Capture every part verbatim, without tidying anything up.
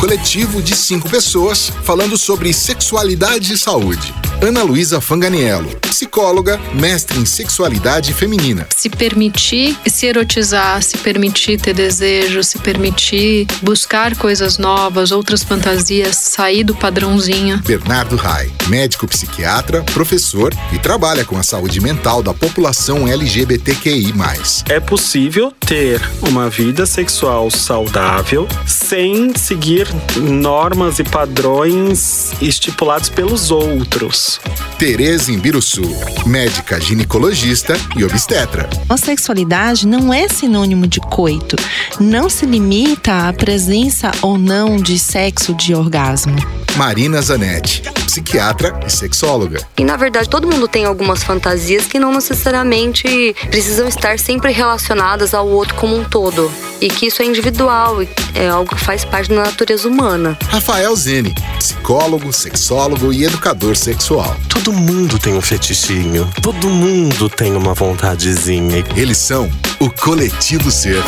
coletivo de cinco pessoas falando sobre sexualidade e saúde. Ana Luísa Fanganiello, psicóloga, mestre em sexualidade feminina. Se permitir se erotizar, se permitir ter desejo, se permitir buscar coisas novas, outras fantasias, sair do padrãozinho. Bernardo Rai, médico psiquiatra, professor e trabalha com a saúde mental da população L G B T Q I mais. É possível ter uma vida sexual saudável sem seguir normas e padrões estipulados pelos outros. Tereza Imbiruçu, médica ginecologista e obstetra. A sexualidade não é sinônimo de coito. Não se limita à presença ou não de sexo de orgasmo. Marina Zanetti, psiquiatra e sexóloga. E na verdade todo mundo tem algumas fantasias que não necessariamente precisam estar sempre relacionadas ao outro como um todo. E que isso é individual, é algo que faz parte da natureza humana. Rafael Zene, psicólogo, sexólogo e educador sexual. Todo mundo tem um fetichinho, todo mundo tem uma vontadezinha. Eles são o Coletivo Ser.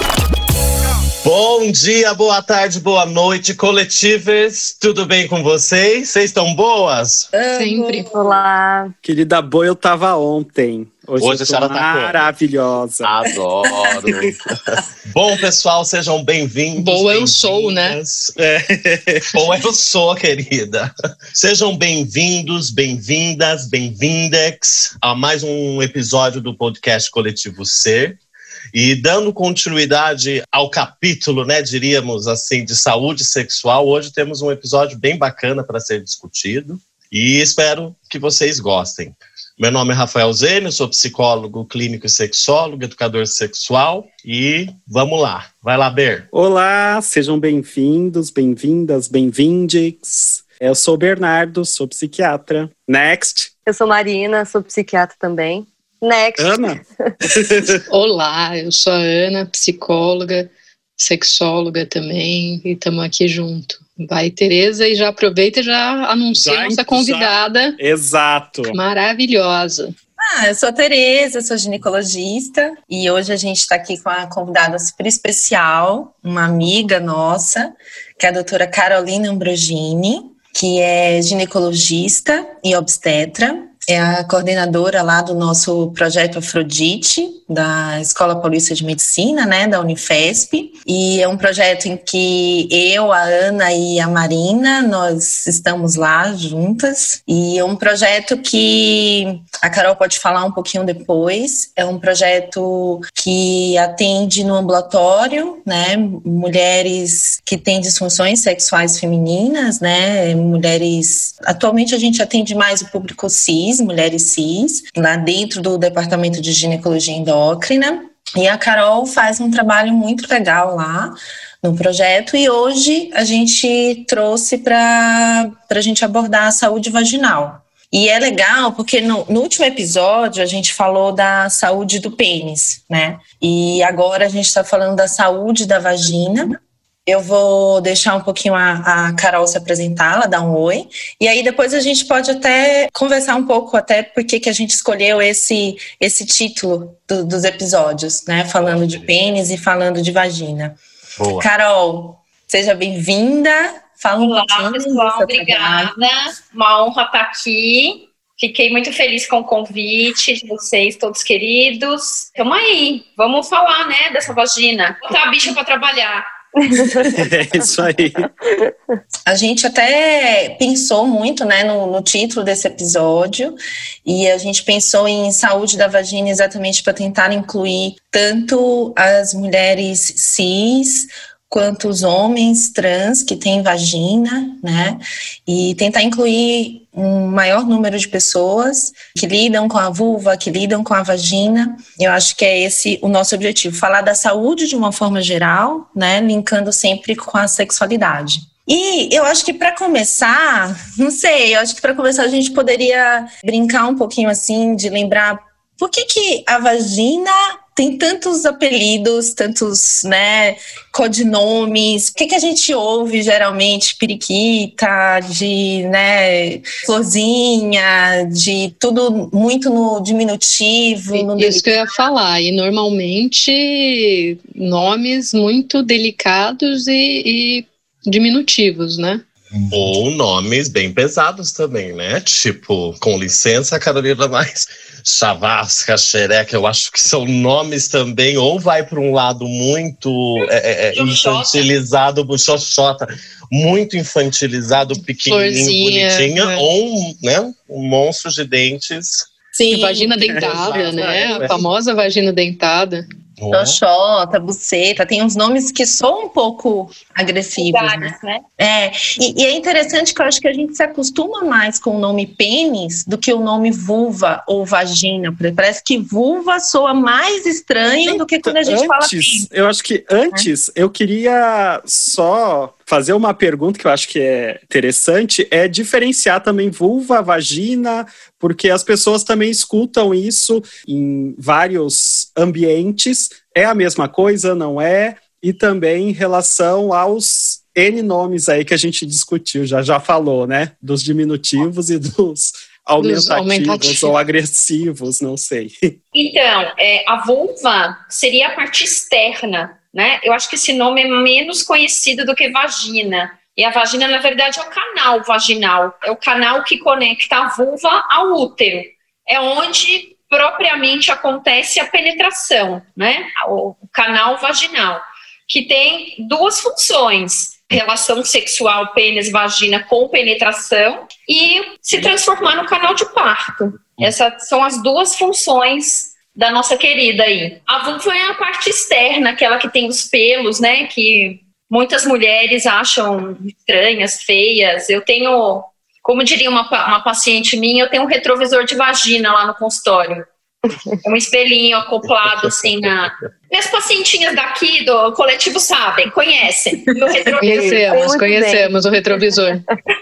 Bom dia, boa tarde, boa noite, coletivas. Tudo bem com vocês? Vocês estão boas? Sempre. Olá. Querida boa, eu tava ontem. Hoje, Hoje eu a senhora tá como? Maravilhosa. Adoro. Bom, pessoal, sejam bem-vindos. Boa eu bem-vindas. sou, né? É. Boa eu sou, querida. Sejam bem-vindos, bem-vindas, bem-vindex a mais um episódio do podcast Coletivo Ser. E dando continuidade ao capítulo, né, diríamos assim, de saúde sexual, hoje temos um episódio bem bacana para ser discutido e espero que vocês gostem. Meu nome é Rafael Zene, eu sou psicólogo clínico e sexólogo, educador sexual e vamos lá. Vai lá, Ber. Olá, sejam bem-vindos, bem-vindas, bem-vindex. Eu sou o Bernardo, sou psiquiatra. Next. Eu sou Marina, sou psiquiatra também. Next. Ana. Olá, eu sou a Ana, psicóloga, sexóloga também, e estamos aqui junto. Vai, Tereza, e já aproveita e já anuncia Já, nossa já. convidada Exato. maravilhosa. Ah, eu sou a Tereza, sou ginecologista e hoje a gente está aqui com uma convidada super especial, uma amiga nossa, que é a doutora Carolina Ambrogini, que é ginecologista e obstetra. É a coordenadora lá do nosso projeto Afrodite, da Escola Paulista de Medicina, né, da Unifesp. E é um projeto em que eu, a Ana e a Marina, nós estamos lá juntas. E é um projeto que a Carol pode falar um pouquinho depois. É um projeto que atende no ambulatório, né, mulheres que têm disfunções sexuais femininas, né, mulheres... Atualmente a gente atende mais o público cis, mulheres cis, lá dentro do Departamento de Ginecologia Endócrina. E a Carol faz um trabalho muito legal lá no projeto e hoje a gente trouxe para a gente abordar a saúde vaginal. E é legal porque no, no último episódio a gente falou da saúde do pênis, né? E agora a gente está falando da saúde da vagina. Eu vou deixar um pouquinho a, a Carol se apresentar, ela dá um oi. E aí depois a gente pode até conversar um pouco até porque que a gente escolheu esse, esse título do, dos episódios, né? Falando de pênis e falando de vagina. Boa. Carol, seja bem-vinda. Fala um Olá, pouquinho. pessoal, obrigada. Uma honra estar aqui. Fiquei muito feliz com o convite de vocês, todos queridos. Tamo aí, vamos falar, né, dessa vagina. Botar a bicha para trabalhar. É isso aí. A gente até pensou muito, né, no, no título desse episódio e a gente pensou em saúde da vagina exatamente para tentar incluir tanto as mulheres cis quanto os homens trans que têm vagina, né, e tentar incluir um maior número de pessoas que lidam com a vulva, que lidam com a vagina. Eu acho que é esse o nosso objetivo, falar da saúde de uma forma geral, né, linkando sempre com a sexualidade. E eu acho que para começar, não sei, eu acho que para começar a gente poderia brincar um pouquinho assim, de lembrar por que que a vagina tem tantos apelidos, tantos, né, codinomes. O que que a gente ouve geralmente? Periquita, de, né, florzinha, de tudo muito no diminutivo. No Isso que eu ia falar. E normalmente nomes muito delicados e, e diminutivos, né? Ou nomes bem pesados também, né? Tipo, com licença, Carolina, mas Chavasca, Xereca, eu acho que são nomes também, ou vai para um lado muito é, é, infantilizado, buchoxota, muito infantilizado, pequenininho, Florzinha, bonitinha, é. ou né, um monstro de dentes. Sim, vagina dentada, é, né? É. A famosa vagina dentada. Xoxota, buceta, tem uns nomes que são um pouco agressivos, né? né? É, e, e é interessante que eu acho que a gente se acostuma mais com o nome pênis do que o nome vulva ou vagina. Parece que vulva soa mais estranho do que quando a gente antes, fala pênis. Eu acho que antes, é. eu queria só fazer uma pergunta que eu acho que é interessante, é diferenciar também vulva, vagina, porque as pessoas também escutam isso em vários ambientes. É a mesma coisa, não é? E também em relação aos N nomes aí que a gente discutiu, já, já falou, né? Dos diminutivos e dos aumentativos, aumentativos ou agressivos, não sei. Então, é, a vulva seria a parte externa, né? Eu acho que esse nome é menos conhecido do que vagina. E a vagina, na verdade, é o canal vaginal. É o canal que conecta a vulva ao útero. É onde propriamente acontece a penetração, né? O canal vaginal, que tem duas funções. Relação sexual, pênis, vagina com penetração e se transformar no canal de parto. Essas são as duas funções da nossa querida aí. A vulva é a parte externa, aquela que tem os pelos, né, que muitas mulheres acham estranhas, feias. Eu tenho, como diria uma, uma paciente minha, eu tenho um retrovisor de vagina lá no consultório. É um espelhinho acoplado assim na... Minhas pacientinhas daqui do coletivo sabem, conhecem. Meu retrovisor. Conhecemos, conhecemos bem. O retrovisor.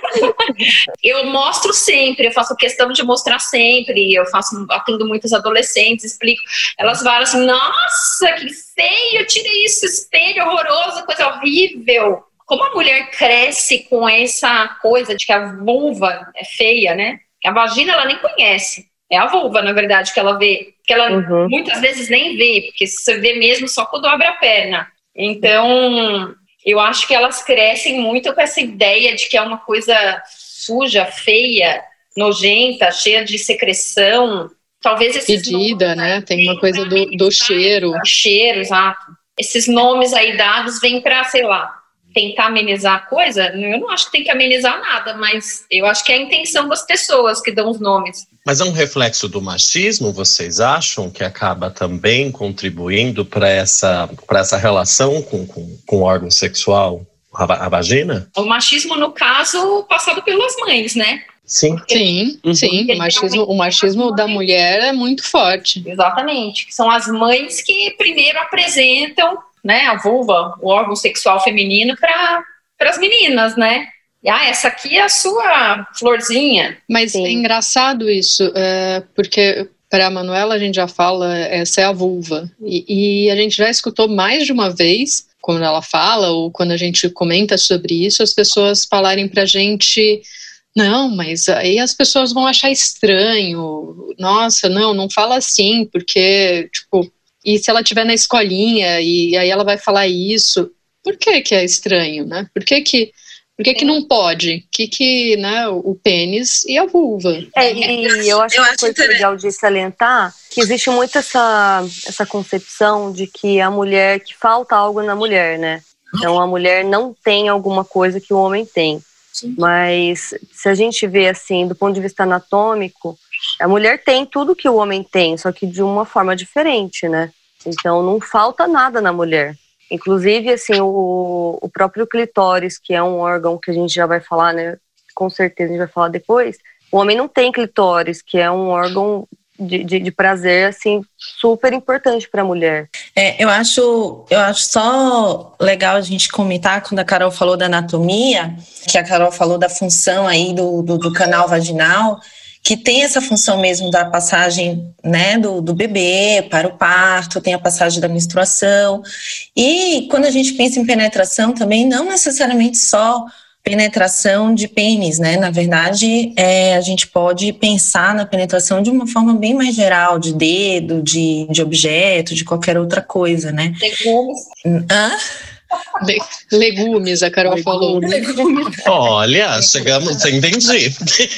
Eu mostro sempre, eu faço questão de mostrar sempre, eu faço, atendo muitos adolescentes, explico. Elas falam assim, nossa, que feio, tirei isso, espelho horroroso, coisa horrível. Como a mulher cresce com essa coisa de que a vulva é feia, né? Que a vagina ela nem conhece. É a vulva, na verdade, que ela vê. Que ela uhum. muitas vezes nem vê, porque você vê mesmo só quando abre a perna. Então, eu acho que elas crescem muito com essa ideia de que é uma coisa suja, feia, nojenta, cheia de secreção. Talvez esses Fedida, nomes, né? Tem uma coisa do, do cheiro. Cheiro, exato. Esses nomes aí dados vêm para, sei lá, tentar amenizar a coisa. Eu não acho que tem que amenizar nada, mas eu acho que é a intenção das pessoas que dão os nomes. Mas é um reflexo do machismo, vocês acham, que acaba também contribuindo para essa, para essa relação com, com, com o órgão sexual, a, a vagina? O machismo, no caso, passado pelas mães, né? Sim. Sim, uhum. sim. O machismo, o machismo da mulher é muito forte. Exatamente. São as mães que primeiro apresentam, né, a vulva, o órgão sexual feminino para as meninas, né? Ah, essa aqui é a sua florzinha. Mas Sim. é engraçado isso, é, porque para a Manuela a gente já fala, essa é a vulva. E, e a gente já escutou mais de uma vez, quando ela fala, ou quando a gente comenta sobre isso, as pessoas falarem pra gente, não, mas aí as pessoas vão achar estranho. Nossa, não, não fala assim, porque, tipo, e se ela estiver na escolinha e aí ela vai falar isso, por que que é estranho, né? Por que que Por que que não pode? Que que, né, o pênis e a vulva? É, e eu acho eu que uma coisa legal de salientar que existe muito essa, essa concepção de que a mulher, que falta algo na mulher, né? Então a mulher não tem alguma coisa que o homem tem. Sim. Mas se a gente vê assim, do ponto de vista anatômico, a mulher tem tudo que o homem tem, só que de uma forma diferente, né? Então não falta nada na mulher. Inclusive, assim, o, o próprio clitóris, que é um órgão que a gente já vai falar, né? Com certeza a gente vai falar depois. O homem não tem clitóris, que é um órgão de, de, de prazer, assim, super importante para a mulher. É, eu acho, eu acho só legal a gente comentar, quando a Carol falou da anatomia, que a Carol falou da função aí do, do, do canal vaginal, que tem essa função mesmo da passagem, né, do, do bebê para o parto, tem a passagem da menstruação. E quando a gente pensa em penetração também, não necessariamente só penetração de pênis, né? Na verdade, é, a gente pode pensar na penetração de uma forma bem mais geral, de dedo, de, de objeto, de qualquer outra coisa, né? Legumes. Hã? Legumes, a Carol Legumes. falou. Legumes. Olha, chegamos, entendi.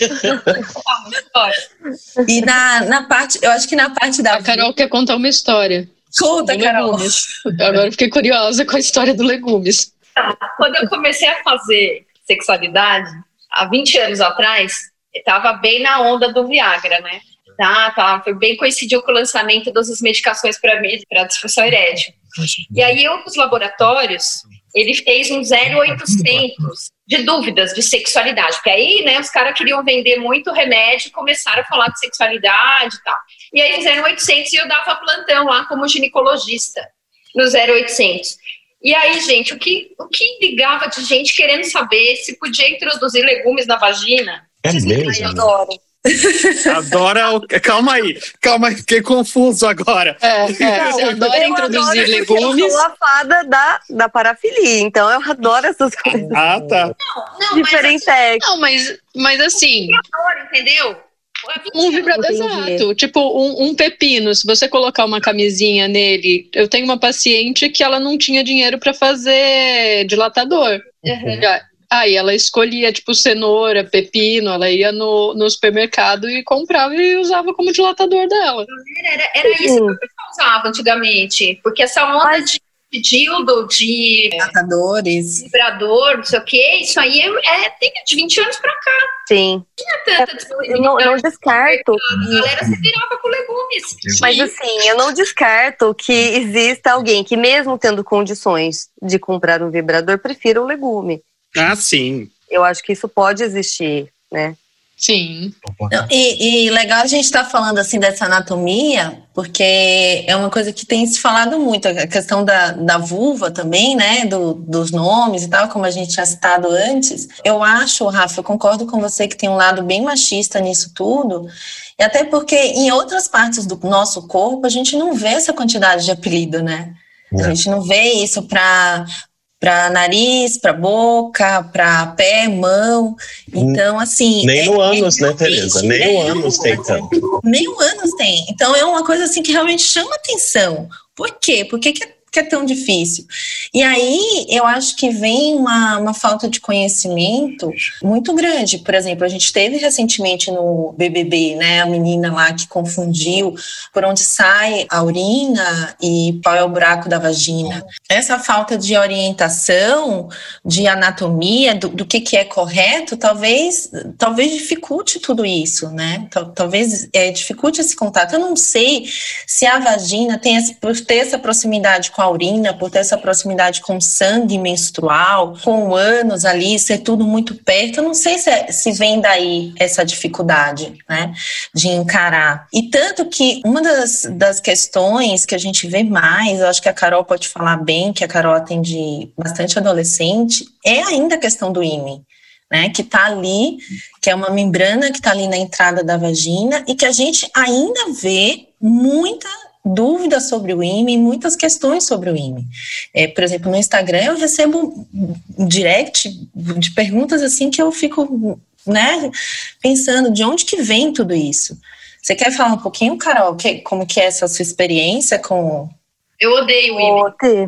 E na, na parte, eu acho que na parte da... A Carol quer contar uma história. Conta, Carol. Legumes. Agora eu fiquei curiosa com a história do legumes. Quando eu comecei a fazer sexualidade, há vinte anos atrás, eu estava bem na onda do Viagra, né? Tá, tá, foi bem coincidiu com o lançamento das medicações para disfunção erétil. E aí, um dos laboratórios, ele fez um zero oitocentos de dúvidas de sexualidade, porque aí, né, os caras queriam vender muito remédio e começaram a falar de sexualidade e tal. E aí fizeram oitocentos e eu dava plantão lá como ginecologista, no zero oitocentos. E aí, gente, o que, o que ligava de gente querendo saber se podia introduzir legumes na vagina? É mesmo? Eu adoro. Adora. O... Calma aí, calma aí, fiquei confuso agora. É, é, você adora eu introduzir adoro legumes. Eu sou a fada da, da parafilia, então eu adoro essas coisas. Ah, tá. Não, não, Diferente. mas, Não, mas, mas assim. eu adoro, entendeu? Um vibrador, exato. Tipo, um, um pepino. Se você colocar uma camisinha nele, eu tenho uma paciente que ela não tinha dinheiro para fazer dilatador. Uhum. Aí ela escolhia, tipo, cenoura, pepino, ela ia no, no supermercado e comprava e usava como dilatador dela. Era, era isso que o pessoal usava antigamente, porque essa onda Mas... de, de dildo, de Tratadores. vibrador, não sei o que, isso aí é, é tem de vinte anos pra cá. Sim. Não tinha tanta Eu não, eu não descarto. A galera se virava com legumes. Mas assim, eu não descarto que exista alguém que, mesmo tendo condições de comprar um vibrador, prefira o legume. Ah, sim. Eu acho que isso pode existir, né? Sim. Não, e, e legal a gente estar tá falando assim dessa anatomia, porque é uma coisa que tem se falado muito, a questão da, da vulva também, né, do, dos nomes e tal, como a gente tinha citado antes. Eu acho, Rafa, eu concordo com você que tem um lado bem machista nisso tudo, e até porque em outras partes do nosso corpo a gente não vê essa quantidade de apelido, né? A gente não vê isso para... para nariz, para boca, para pé, mão. Então, assim... Nem é, no ânus, é né, Tereza? Nem o ânus tem tanto. Nem o ânus tem. Então, é uma coisa assim que realmente chama atenção. Por quê? Por que que é, que é tão difícil? E aí, eu acho que vem uma, uma falta de conhecimento muito grande. Por exemplo, a gente teve recentemente no B B B, né, a menina lá que confundiu por onde sai a urina e qual é o buraco da vagina. Essa falta de orientação, de anatomia, do, do que, que é correto, talvez, talvez dificulte tudo isso, né? Talvez é, dificulte esse contato. Eu não sei se a vagina tem esse, por ter essa proximidade com a urina, por ter essa proximidade com o sangue menstrual, com o ânus ali, ser tudo muito perto, eu não sei se, é, se vem daí essa dificuldade, né, de encarar. E tanto que uma das, das questões que a gente vê mais, eu acho que a Carol pode falar bem, que a Carol atende bastante adolescente, é ainda a questão do ímen, né, que está ali, que é uma membrana que está ali na entrada da vagina e que a gente ainda vê muita dúvidas sobre o ímen, muitas questões sobre o ímen. É, por exemplo, no Instagram eu recebo um direct de perguntas assim que eu fico, né, pensando de onde que vem tudo isso. Você quer falar um pouquinho, Carol, que, como que é essa sua experiência com... Eu odeio o ímen.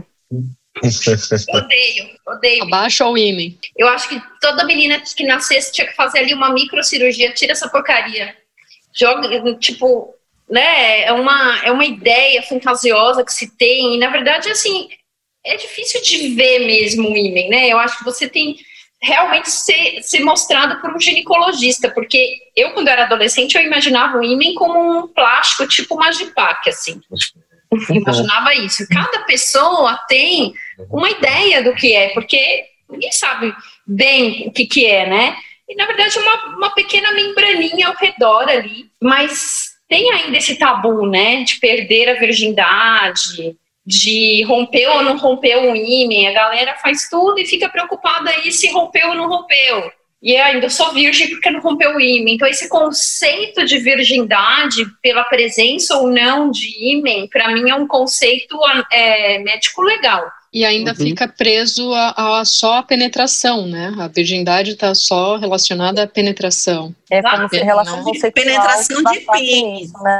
Oh, odeio, odeio. Abaixa o ímen. Eu acho que toda menina que nascesse tinha que fazer ali uma microcirurgia, tira essa porcaria. Joga, tipo... né, é uma, é uma ideia fantasiosa que se tem, e na verdade, assim, é difícil de ver mesmo o ímen, né, eu acho que você tem realmente ser, ser mostrado por um ginecologista, porque eu, quando era adolescente, eu imaginava o ímen como um plástico, tipo Magipac, assim, eu imaginava isso, cada pessoa tem uma ideia do que é, porque ninguém sabe bem o que que é, né, e na verdade é uma, uma pequena membraninha ao redor ali, mas... tem ainda esse tabu, né, de perder a virgindade, de romper ou não romper o ímen. A galera faz tudo e fica preocupada aí se rompeu ou não rompeu. E ainda sou virgem porque não rompeu o ímen. Então esse conceito de virgindade pela presença ou não de ímen, para mim é um conceito é, médico legal. E ainda uhum. fica preso a, a só a penetração, né? A virgindade está só relacionada à penetração. É como se relação conceitual penetração de pênis, né?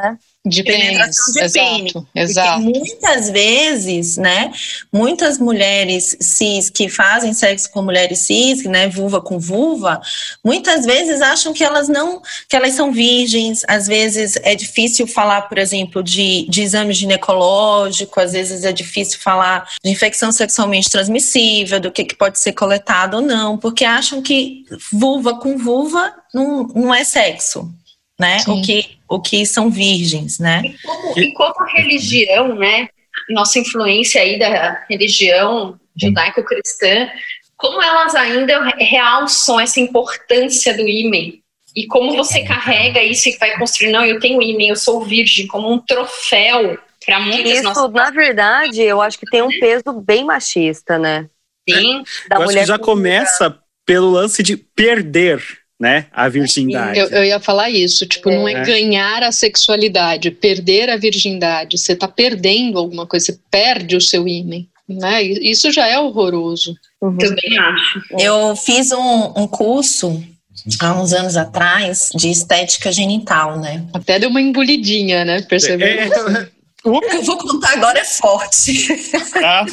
De penetração pênis, de pênis. exato, exato. Porque muitas vezes, né, muitas mulheres cis que fazem sexo com mulheres cis, né, vulva com vulva, muitas vezes acham que elas não, que elas são virgens. Às vezes é difícil falar, por exemplo, de, de exame ginecológico, às vezes é difícil falar de infecção sexualmente transmissível, do que, que pode ser coletado ou não, porque acham que vulva com vulva não, não é sexo. Né? O que, o que são virgens, né? E como, e como a religião, né? Nossa influência aí da religião judaico-cristã, como elas ainda realçam essa importância do ímen? E como você carrega isso e vai construir, não, eu tenho ímen, eu sou virgem, como um troféu para muitas isso, nossas... na verdade, eu acho que tem um peso bem machista, né? Sim. Da eu mulher acho que já começa pelo lance de perder, né, a virgindade. Eu, eu ia falar isso, tipo, é. não é ganhar a sexualidade, perder a virgindade. Você tá perdendo alguma coisa, você perde o seu ímen, né? Isso já é horroroso. Uhum. Também acho. Eu fiz um, um curso há uns anos atrás de estética genital, né? Até deu uma engolidinha, né? Percebeu? É, o que eu vou contar agora é forte. Ah.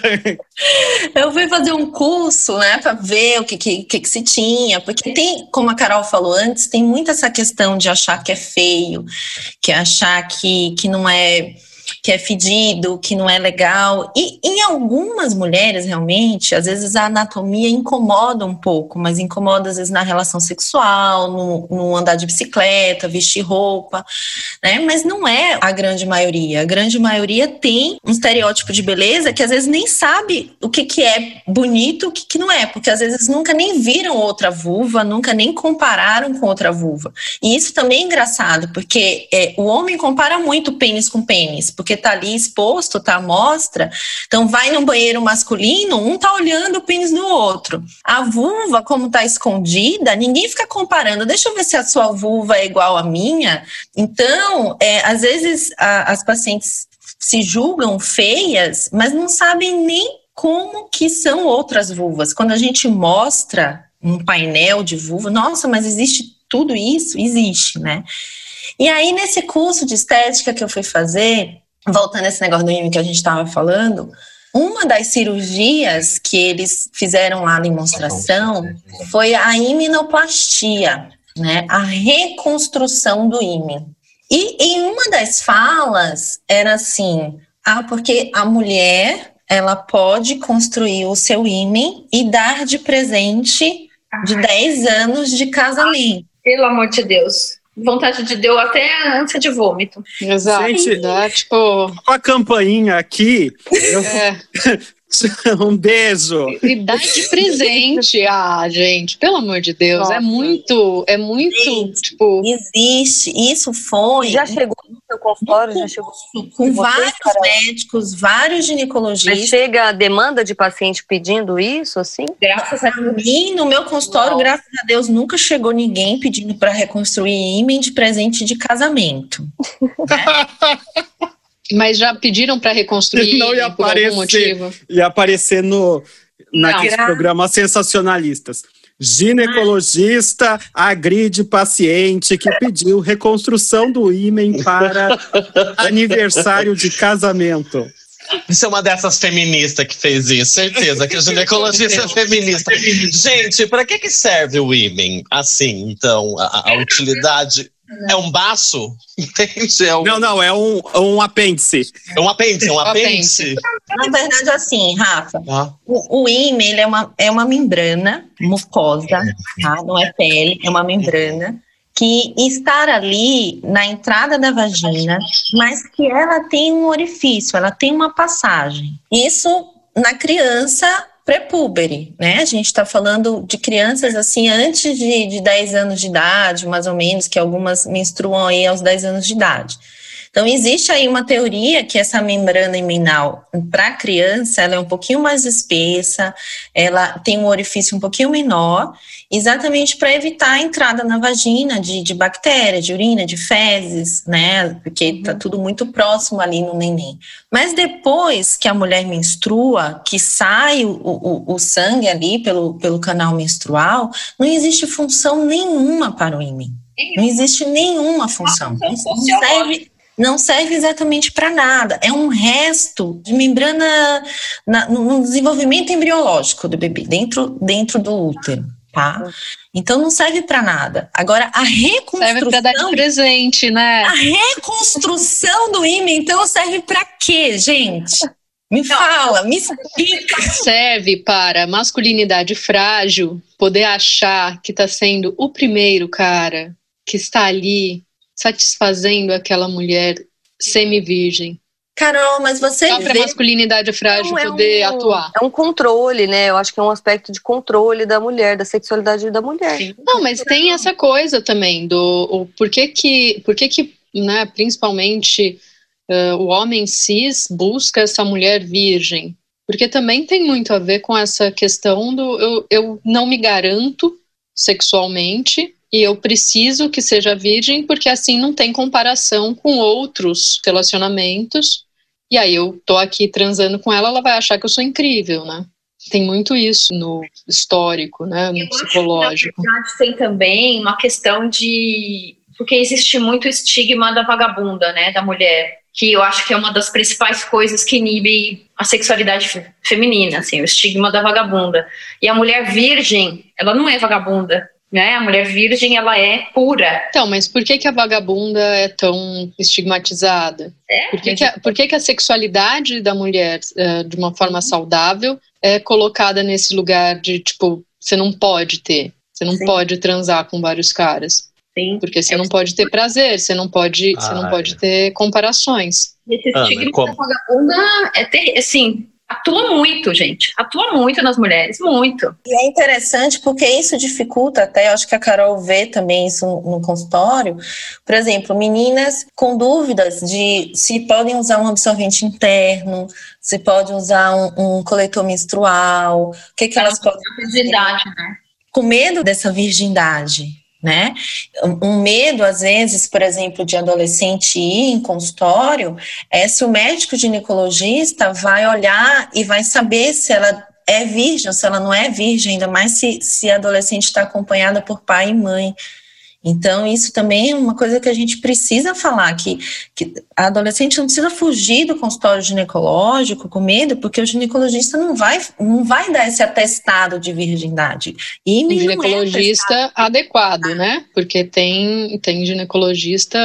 Eu fui fazer um curso, né, para ver o que, que, que se tinha, porque tem, como a Carol falou antes, tem muito essa questão de achar que é feio, que achar que, que não é... que é fedido, que não é legal. E em algumas mulheres, realmente, às vezes a anatomia incomoda um pouco, mas incomoda às vezes na relação sexual, no, no andar de bicicleta, vestir roupa, né? Mas não é a grande maioria. A grande maioria tem um estereótipo de beleza que às vezes nem sabe o que, que é bonito e o que, que não é, porque às vezes nunca nem viram outra vulva, nunca nem compararam com outra vulva. E isso também é engraçado, porque é, o homem compara muito pênis com pênis, porque tá ali exposto, tá à mostra, então vai no banheiro masculino, um tá olhando o pênis do outro. A vulva, como tá escondida, ninguém fica comparando, deixa eu ver se a sua vulva é igual à minha. Então, é, às vezes a, as pacientes se julgam feias, mas não sabem nem como que são outras vulvas. Quando a gente mostra um painel de vulva, nossa, mas existe tudo isso? Existe, né? E aí, nesse curso de estética que eu fui fazer, voltando a esse negócio do ímen que a gente estava falando, uma das cirurgias que eles fizeram lá na demonstração foi a imenoplastia, né? A reconstrução do ímen. E em uma das falas era assim, ah, porque a mulher, ela pode construir o seu ímen e dar de presente de dez anos de casamento. Pelo amor de Deus. Vontade de deu até ânsia de vômito. Exato. Gente, dá, tipo... com a campainha aqui, eu... é. um beijo. E dá de presente. Ah, gente, pelo amor de Deus. Nossa. É muito, é muito, gente, tipo... Existe, isso foi... Já chegou no seu consultório? Já chegou com vários você, médicos, vários ginecologistas. Mas chega a demanda de paciente pedindo isso, assim? Graças a mim, no meu consultório, Nossa. graças a Deus, nunca chegou ninguém pedindo para reconstruir ímen de presente de casamento. Né? Mas já pediram para reconstruir não ia por aparecer, algum motivo? Ia aparecer no, naqueles não, programas sensacionalistas. Ginecologista agride paciente que pediu reconstrução do ímen para aniversário de casamento. Isso é uma dessas feministas que fez isso, certeza que a ginecologista é feminista. Gente, para que que serve o ímen? Assim, então, a, a utilidade... É um baço? Entende? É um... Não, não, é um, um apêndice. É um apêndice, um apêndice. Na verdade, assim, Rafa, ah. o, o ímen ele é, uma, é uma membrana mucosa, tá? Não é pele, é uma membrana que está ali na entrada da vagina, mas que ela tem um orifício, ela tem uma passagem. Isso na criança pré-púbere, né? A gente está falando de crianças assim antes de, de dez anos de idade, mais ou menos, que algumas menstruam aí aos dez anos de idade. Então, existe aí uma teoria que essa membrana imenal para a criança, ela é um pouquinho mais espessa, ela tem um orifício um pouquinho menor, exatamente para evitar a entrada na vagina de, de bactéria, de urina, de fezes, né? Porque está tudo muito próximo ali no neném. Mas depois que a mulher menstrua, que sai o, o, o sangue ali pelo, pelo canal menstrual, não existe função nenhuma para o ímen. Não existe nenhuma função. Não serve... não serve exatamente para nada. É um resto de membrana na, no desenvolvimento embriológico do bebê, dentro, dentro do útero, tá? Então não serve para nada. Agora, a reconstrução... Serve para dar de presente, né? A reconstrução do ímã, então, serve para quê, gente? Me não, fala, me explica. Serve para masculinidade frágil poder achar que está sendo o primeiro cara que está ali satisfazendo aquela mulher semi-virgem. Carol, mas você Só para masculinidade frágil não, é poder um, atuar. É um controle, né? Eu acho que é um aspecto de controle da mulher, da sexualidade da mulher. Sim. Não, mas tem essa coisa também do o, por que que, por que, que né, principalmente uh, o homem cis busca essa mulher virgem. Porque também tem muito a ver com essa questão do eu, eu não me garanto sexualmente e eu preciso que seja virgem porque assim não tem comparação com outros relacionamentos e aí eu tô aqui transando com ela, ela vai achar que eu sou incrível, né? Tem muito isso no histórico, né, no eu psicológico. Acho que, na verdade, tem também uma questão de... Porque existe muito estigma da vagabunda, né, da mulher, que eu acho que é uma das principais coisas que inibe a sexualidade feminina, assim, o estigma da vagabunda. E a mulher virgem, ela não é vagabunda, né? A mulher virgem, ela é pura. Então, mas por que que a vagabunda é tão estigmatizada? É? Por que que a, por que que a sexualidade da mulher, uh, de uma forma saudável, é colocada nesse lugar de, tipo, você não pode ter, você não Sim. pode transar com vários caras? Sim. Porque você é não pode ter prazer, você não pode, ah, você não é. pode ter comparações. Esse estigma ah, da vagabunda é ter, assim... Atua muito, gente. Atua muito nas mulheres, muito. E é interessante porque isso dificulta até, eu acho que a Carol vê também isso no consultório. Por exemplo, meninas com dúvidas de se podem usar um absorvente interno, se podem usar um, um coletor menstrual, o que, que elas podem fazer. Virgindade, né? Com medo dessa virgindade. Né? Um medo, às vezes, por exemplo, de adolescente ir em consultório é se o médico ginecologista vai olhar e vai saber se ela é virgem ou se ela não é virgem, ainda mais se, se a adolescente está acompanhada por pai e mãe. Então, isso também é uma coisa que a gente precisa falar, que, que a adolescente não precisa fugir do consultório ginecológico com medo, porque o ginecologista não vai, não vai dar esse atestado de virgindade. E um ginecologista é adequado, né? Porque tem, tem ginecologista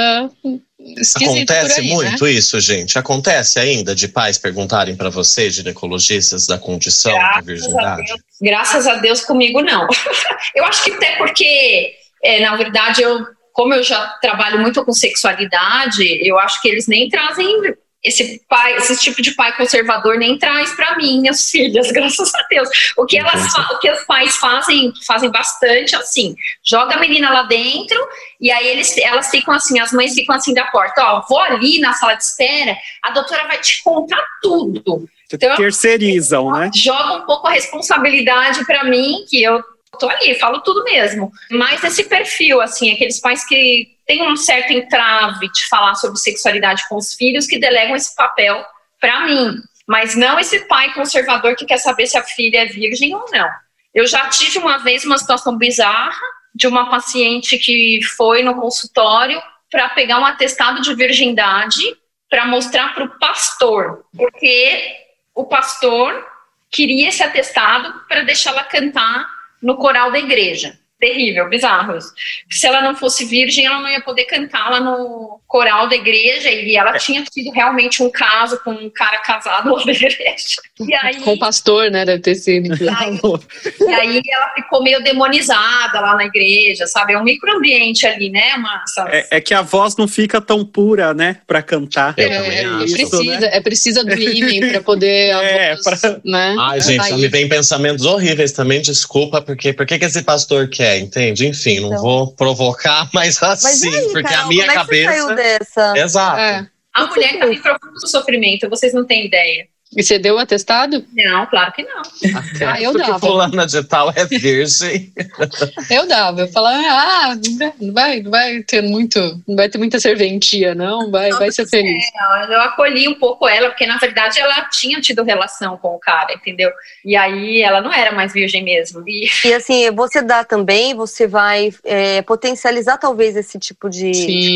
esquisito. Acontece por aí, muito né? isso, gente? Acontece ainda de pais perguntarem para vocês, ginecologistas, da condição da virgindade? Graças a Deus, comigo não. Eu acho que até porque... É, na verdade, eu, como eu já trabalho muito com sexualidade, eu acho que eles nem trazem esse pai, esse tipo de pai conservador nem traz para mim, minhas filhas, graças a Deus. O que elas, o que os pais fazem, fazem bastante assim, joga a menina lá dentro e aí eles, elas ficam assim, as mães ficam assim da porta, ó, vou ali na sala de espera, a doutora vai te contar tudo. Então, terceirizam, né? Joga um pouco a responsabilidade para mim, que eu tô ali, falo tudo mesmo. Mas esse perfil, assim, aqueles pais que têm um certo entrave de falar sobre sexualidade com os filhos, que delegam esse papel para mim. Mas não esse pai conservador que quer saber se a filha é virgem ou não. Eu já tive uma vez uma situação bizarra de uma paciente que foi no consultório para pegar um atestado de virgindade para mostrar para o pastor, porque o pastor queria esse atestado para deixar ela cantar no coral da igreja. Terrível, bizarro isso. Se ela não fosse virgem, ela não ia poder cantar lá no coral da igreja, e ela é. tinha tido realmente um caso com um cara casado lá na igreja. E aí, com o pastor, né, deve ter sido. E aí, e aí ela ficou meio demonizada lá na igreja, sabe? É um microambiente ali, né? Uma, é, é que a voz não fica tão pura, né, pra cantar. É, é, é, isso, precisa, né? é precisa do ímã pra poder a é, voz, pra... né? Ai, gente, aí me vem pensamentos horríveis também, desculpa, porque por que esse pastor quer? Entende? Enfim, não então. vou provocar, mas assim, mas aí, porque Carol, a minha como cabeça. É que você saiu dessa? Exato. É. A mulher está em profundo sofrimento, vocês não têm ideia. E você deu o atestado? Não, claro que não. Até ah, eu porque dava. fulana de tal é virgem. Eu dava. Eu falava, ah, não vai, não vai ter muito, não vai ter muita serventia, não, vai, não, vai ser feliz. É, eu acolhi um pouco ela, porque na verdade ela tinha tido relação com o cara, entendeu? E aí ela não era mais virgem mesmo. E, e assim, você dá também, você vai é, potencializar talvez esse tipo de... Sim.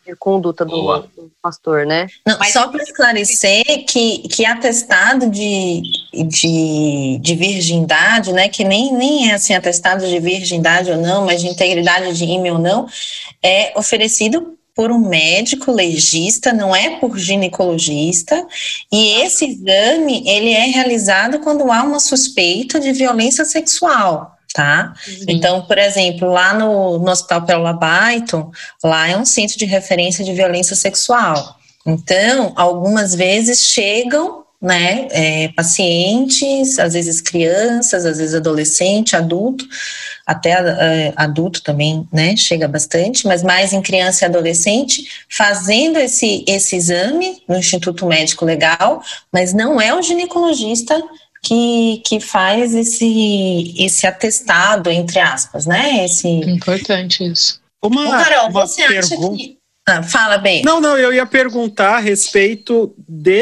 de conduta do, do pastor, né? Não, mas só para esclarecer que, que atestado de, de, de virgindade, né, que nem, nem é assim atestado de virgindade ou não, mas de integridade de ímã ou não, é oferecido por um médico legista, não é por ginecologista, e esse exame, ele é realizado quando há uma suspeita de violência sexual, tá? Uhum. Então, por exemplo, lá no, no Hospital Pérola Baito, lá é um centro de referência de violência sexual. Então, algumas vezes chegam, né, é, pacientes, às vezes crianças, às vezes adolescente, adulto, até é, adulto também, né, chega bastante, mas mais em criança e adolescente, fazendo esse, esse exame no Instituto Médico Legal, mas não é o ginecologista que, que faz esse, esse atestado, entre aspas, né, esse... Importante isso. Uma, Ô, Carol, uma você pergunta... acha que... Ah, fala, bem. Não, não, eu ia perguntar a respeito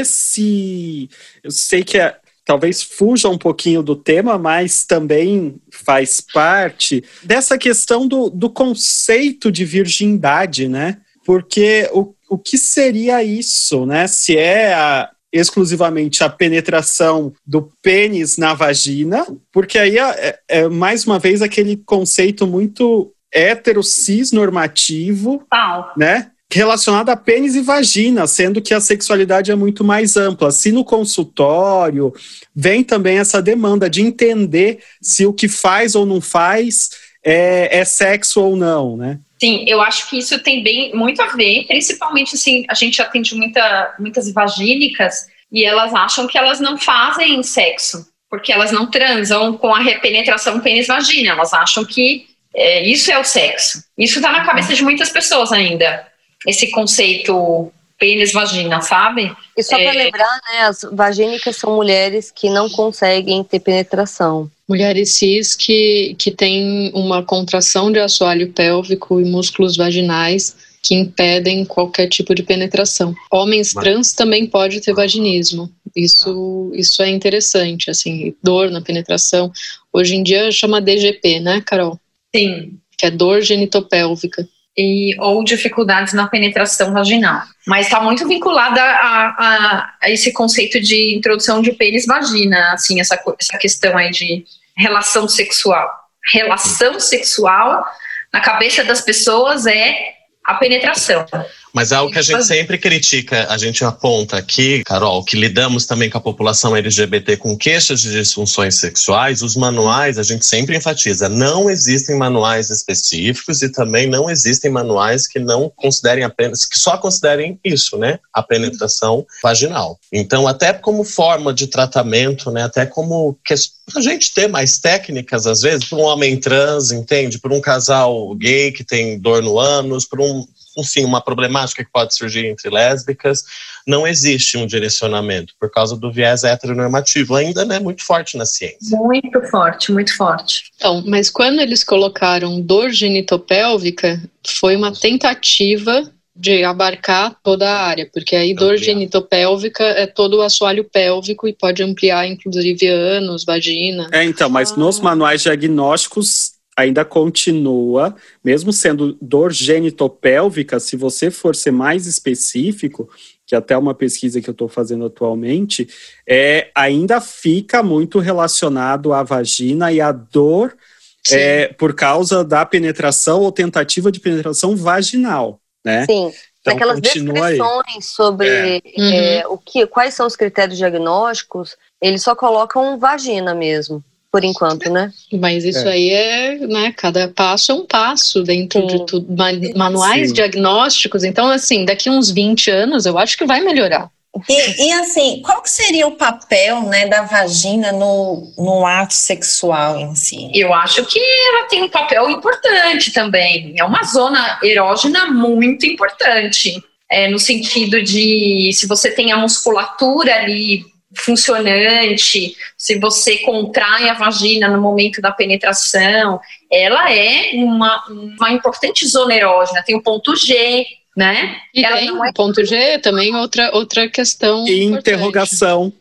desse... Eu sei que é, talvez fuja um pouquinho do tema, mas também faz parte dessa questão do, do conceito de virgindade, né? Porque o, o que seria isso, né? Se é a, exclusivamente a penetração do pênis na vagina, porque aí é, é mais uma vez aquele conceito muito hétero, cis, normativo, Pau. né? Relacionado a pênis e vagina, sendo que a sexualidade é muito mais ampla. Se no consultório vem também essa demanda de entender se o que faz ou não faz é, é sexo ou não, né? Sim, eu acho que isso tem bem, muito a ver, principalmente assim, a gente atende muita, muitas vagínicas e elas acham que elas não fazem sexo, porque elas não transam com a penetração pênis-vagina, elas acham que é, isso é o sexo. Isso está na cabeça de muitas pessoas ainda. Esse conceito pênis-vagina, sabe? E só para é... lembrar, né, as vagínicas são mulheres que não conseguem ter penetração. Mulheres cis que, que têm uma contração de assoalho pélvico e músculos vaginais que impedem qualquer tipo de penetração. Homens Mas... trans também podem ter vaginismo. Isso, isso é interessante, assim, dor na penetração. Hoje em dia chama D G P, né, Carol? Sim. Que é dor genitopélvica. E, ou dificuldades na penetração vaginal. Mas está muito vinculada a, a, a esse conceito de introdução de pênis-vagina, assim, essa, essa questão aí de relação sexual. Relação sexual, na cabeça das pessoas, é a penetração. Mas é algo que a gente sempre critica, a gente aponta aqui, Carol, que lidamos também com a população L G B T com queixas de disfunções sexuais, os manuais, a gente sempre enfatiza, não existem manuais específicos e também não existem manuais que não considerem apenas, que só considerem isso, né, a penetração vaginal. Então, até como forma de tratamento, né, até como que a gente ter mais técnicas, às vezes, para um homem trans, entende? Para um casal gay que tem dor no ânus, para um enfim, uma problemática que pode surgir entre lésbicas, não existe um direcionamento por causa do viés heteronormativo, ainda não é muito forte na ciência. Muito forte, muito forte. Então, mas quando eles colocaram dor genitopélvica, foi uma tentativa de abarcar toda a área, porque aí dor ampliar. genitopélvica é todo o assoalho pélvico e pode ampliar, inclusive, ânus, vagina. É, então, mas ah. nos manuais diagnósticos ainda continua, mesmo sendo dor genitopélvica, se você for ser mais específico, que até uma pesquisa que eu estou fazendo atualmente, é, ainda fica muito relacionado à vagina e à dor é, por causa da penetração ou tentativa de penetração vaginal, né? Sim. Então, aquelas descrições aí. sobre é. É, o que, quais são os critérios diagnósticos, eles só colocam vagina mesmo. Por enquanto, né? Mas isso é. aí é, né, cada passo é um passo dentro Sim. de tudo, manuais Sim. diagnósticos, então assim, daqui uns vinte anos eu acho que vai melhorar. E, e assim, qual que seria o papel, né, da vagina no, no ato sexual em si? Eu acho que ela tem um papel importante também, é uma zona erógena muito importante, é, no sentido de, se você tem a musculatura ali funcionante, se você contrai a vagina no momento da penetração, ela é uma, uma importante zona erógena, tem o ponto G, né? E ela tem o é... ponto G também, outra, outra questão e interrogação.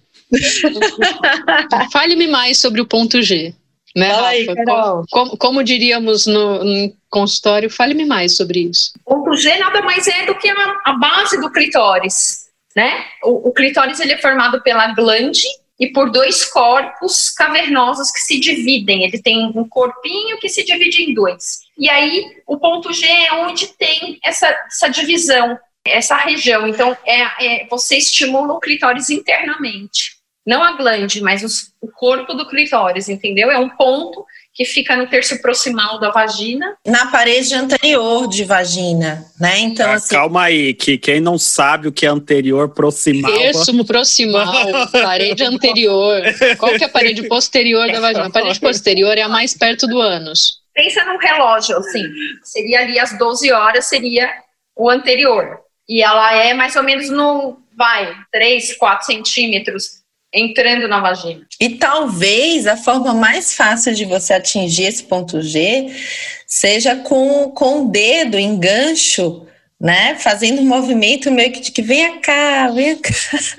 Fale-me mais sobre o ponto G, né, Fala Rafa? aí, Carol. Como, como diríamos no, consultório. Fale-me mais sobre isso. O ponto G nada mais é do que a, a base do clitóris, né? O, o clitóris ele é formado pela glande e por dois corpos cavernosos que se dividem. Ele tem um corpinho que se divide em dois. E aí, o ponto G é onde tem essa, essa divisão, essa região. Então, é, é, você estimula o clitóris internamente. Não a glande, mas os, o corpo do clitóris, entendeu? É um ponto que fica no terço proximal da vagina. Na parede anterior de vagina, né? Então, ah, assim... Calma aí, que quem não sabe o que é anterior, proximal... Terço proximal, parede anterior. Qual que é a parede posterior da vagina? A parede posterior é a mais perto do ânus. Pensa num relógio, assim. Seria ali às doze horas, seria o anterior. E ela é mais ou menos no, vai, três, quatro centímetros entrando na vagina. E talvez a forma mais fácil de você atingir esse ponto G seja com, com o dedo em gancho, né? Fazendo um movimento meio que de que venha cá, venha cá.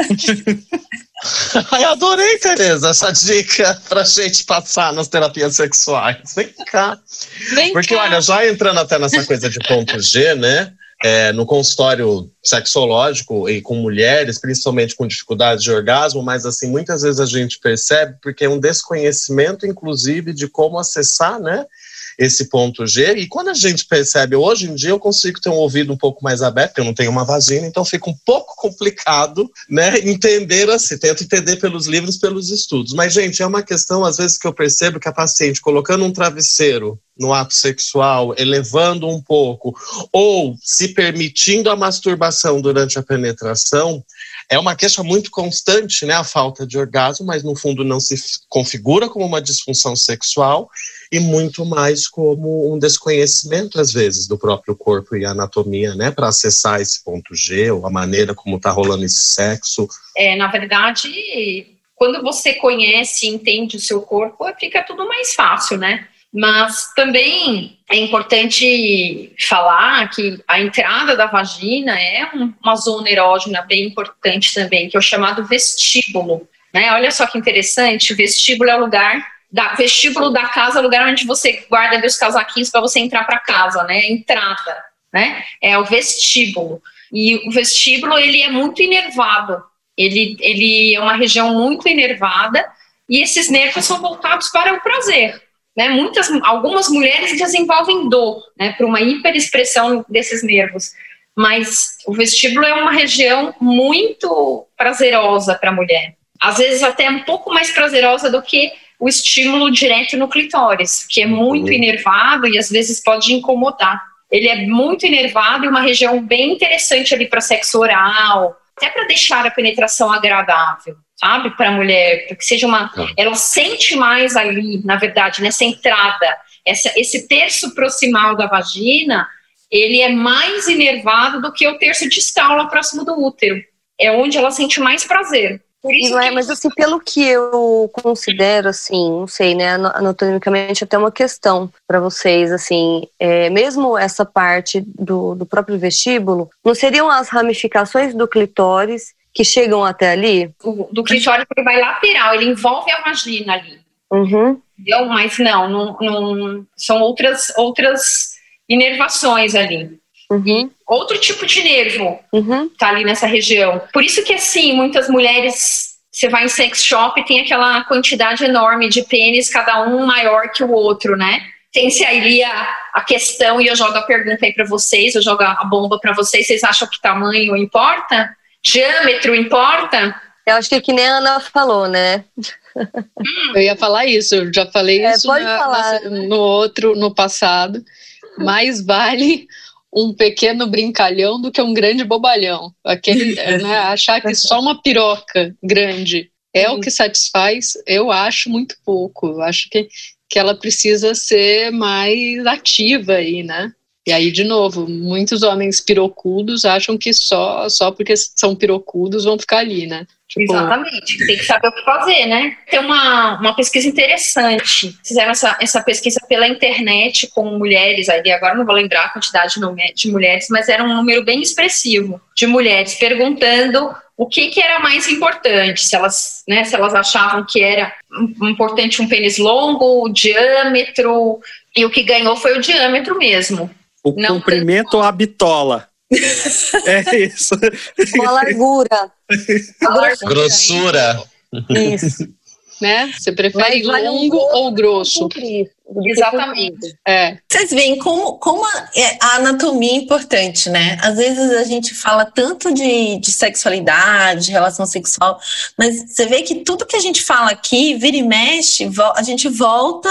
Ai, adorei, Tereza, essa dica pra gente passar nas terapias sexuais. Vem cá. Vem Porque, cá. olha, já entrando até nessa coisa de ponto G, né? É, no consultório sexológico e com mulheres, principalmente com dificuldade de orgasmo, mas assim, muitas vezes a gente percebe porque é um desconhecimento, inclusive, de como acessar, né, esse ponto G. E quando a gente percebe, hoje em dia eu consigo ter um ouvido um pouco mais aberto, porque eu não tenho uma vagina, então fica um pouco complicado, né, entender assim, tento entender pelos livros, pelos estudos. Mas, gente, é uma questão, às vezes, que eu percebo que a paciente colocando um travesseiro no ato sexual, elevando um pouco, ou se permitindo a masturbação durante a penetração, é uma queixa muito constante, né, a falta de orgasmo, mas no fundo não se configura como uma disfunção sexual e muito mais como um desconhecimento, às vezes, do próprio corpo e anatomia, né, para acessar esse ponto G, ou a maneira como está rolando esse sexo. É, na verdade, quando você conhece e entende o seu corpo, fica tudo mais fácil, né? Mas também é importante falar que a entrada da vagina é uma zona erógena bem importante também, que é o chamado vestíbulo, né? Olha só que interessante, o vestíbulo é o lugar, da, vestíbulo da casa é o lugar onde você guarda ali os casaquinhos para você entrar para casa, né? Entrada, né? É o vestíbulo. E o vestíbulo, ele é muito inervado, ele, ele é uma região muito inervada e esses nervos são voltados para o prazer. Né, muitas, algumas mulheres desenvolvem dor, né, por uma hiperexpressão desses nervos, mas o vestíbulo é uma região muito prazerosa para a mulher, às vezes até um pouco mais prazerosa do que o estímulo direto no clitóris, que é muito inervado e às vezes pode incomodar. Ele é muito inervado e uma região bem interessante ali para sexo oral, até para deixar a penetração agradável, sabe, para a mulher, para que seja uma... Ela sente mais ali, na verdade, nessa entrada, essa, esse terço proximal da vagina, ele é mais inervado do que o terço distal lá próximo do útero. É onde ela sente mais prazer. Por isso não é, que... Mas assim, pelo que eu considero, assim, não sei, né, anatomicamente até uma questão para vocês, assim, é, mesmo essa parte do, do próprio vestíbulo, não seriam as ramificações do clitóris que chegam até ali? O, do clitóris ele vai lateral, ele envolve a vagina ali. Uhum. Entendeu? Mas não, não, não, são outras, outras inervações ali. Uhum. Outro tipo de nervo uhum. tá ali nessa região. Por isso que, assim, muitas mulheres, você vai em sex shop e tem aquela quantidade enorme de pênis, cada um maior que o outro, né? Tem-se aí a, a questão, e eu jogo a pergunta aí para vocês, eu jogo a bomba para vocês, vocês acham que tamanho importa? Diâmetro importa? Eu acho que é que nem a Ana falou, né? Eu ia falar isso, eu já falei é, isso pode na, falar. na, no outro, no passado. Mais vale um pequeno brincalhão do que um grande bobalhão. Aquele, né, achar que só uma piroca grande é o que satisfaz, eu acho muito pouco. Eu acho que, que ela precisa ser mais ativa aí, né? E aí, de novo, muitos homens pirocudos acham que só, só porque são pirocudos vão ficar ali, né? Tipo... Exatamente, tem que saber o que fazer, né? Tem uma, uma pesquisa interessante. Fizeram essa, essa pesquisa pela internet com mulheres, aí agora não vou lembrar a quantidade de mulheres, mas era um número bem expressivo de mulheres perguntando o que, que era mais importante, se elas, né, se elas achavam que era importante um pênis longo, o diâmetro, e o que ganhou foi o diâmetro mesmo. O não comprimento tanto... ou a bitola? É isso. Ou a largura. A largura. Grossura. Isso. Né? Você prefere Mas longo um ou grosso? Exatamente. É. Vocês veem como, como a, a anatomia é importante, né? Às vezes a gente fala tanto de, de sexualidade, de relação sexual, mas você vê que tudo que a gente fala aqui, vira e mexe, a gente volta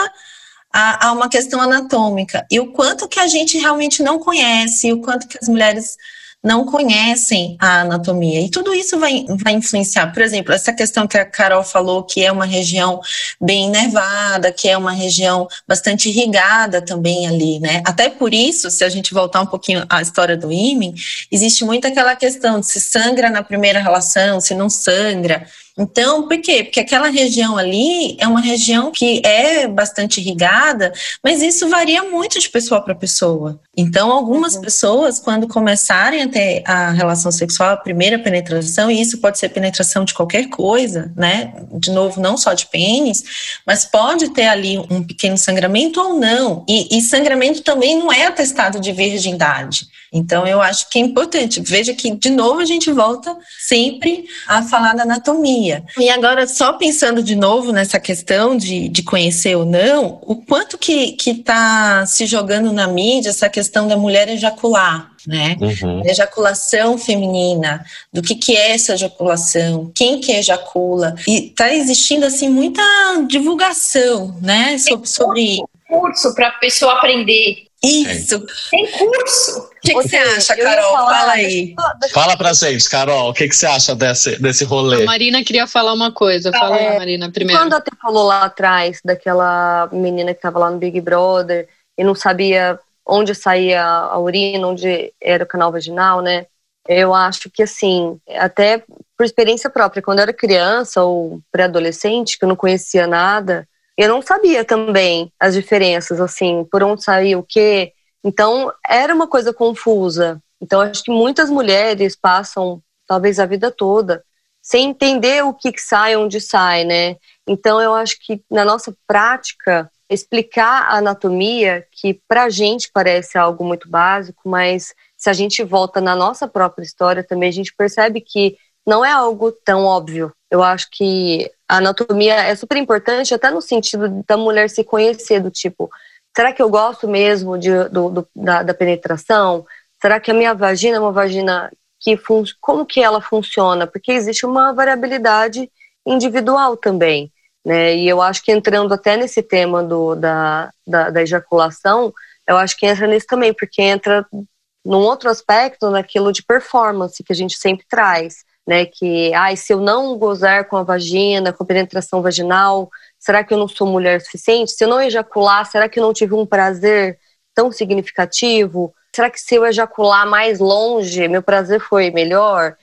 a, a uma questão anatômica. E o quanto que a gente realmente não conhece, e o quanto que as mulheres não conhecem a anatomia. E tudo isso vai, vai influenciar. Por exemplo, essa questão que a Carol falou, que é uma região bem inervada, que é uma região bastante irrigada também ali, né? Até por isso, se a gente voltar um pouquinho à história do ímen, existe muito aquela questão de se sangra na primeira relação, se não sangra. Então, por quê? Porque aquela região ali é uma região que é bastante irrigada, mas isso varia muito de pessoa para pessoa. Então, algumas uhum. pessoas, quando começarem a ter a relação sexual, a primeira penetração, e isso pode ser penetração de qualquer coisa, né? De novo, não só de pênis, mas pode ter ali um pequeno sangramento ou não. E, e sangramento também não é atestado de virgindade. Então, eu acho que é importante. Veja que, de novo, a gente volta sempre a falar da anatomia. E agora, só pensando de novo nessa questão de, de conhecer ou não, o quanto que está se jogando na mídia essa questão da mulher ejacular, né? Uhum. Ejaculação feminina, do que, que é essa ejaculação, quem que ejacula. E está existindo, assim, muita divulgação, né? Sobre... sobre... curso para a pessoa aprender. Isso. Tem curso. O que, que você acha, Carol? Falar, Fala aí. Fala pra gente, Carol, o que, que você acha desse, desse rolê? A Marina queria falar uma coisa. Fala é, aí, Marina, primeiro. Quando até falou lá atrás daquela menina que estava lá no Big Brother e não sabia onde saía a urina, onde era o canal vaginal, né? Eu acho que, assim, até por experiência própria, quando eu era criança ou pré-adolescente, que eu não conhecia nada, eu não sabia também as diferenças, assim, por onde saía o quê. Então, era uma coisa confusa. Então, acho que muitas mulheres passam, talvez, a vida toda sem entender o que, que sai, onde sai, né? Então, eu acho que, na nossa prática, explicar a anatomia, que pra gente parece algo muito básico, mas se a gente volta na nossa própria história também, a gente percebe que não é algo tão óbvio. Eu acho que a anatomia é super importante, até no sentido da mulher se conhecer, do tipo, será que eu gosto mesmo de, do, do, da, da penetração? Será que a minha vagina é uma vagina que, fun- como que ela funciona? Porque existe uma variabilidade individual também, né? E eu acho que entrando até nesse tema do, da, da, da ejaculação, eu acho que entra nisso também, porque entra num outro aspecto, naquilo de performance que a gente sempre traz. Né, que, ai, se eu não gozar com a vagina, com a penetração vaginal, será que eu não sou mulher suficiente? Se eu não ejacular, será que eu não tive um prazer tão significativo? Será que se eu ejacular mais longe, meu prazer foi melhor?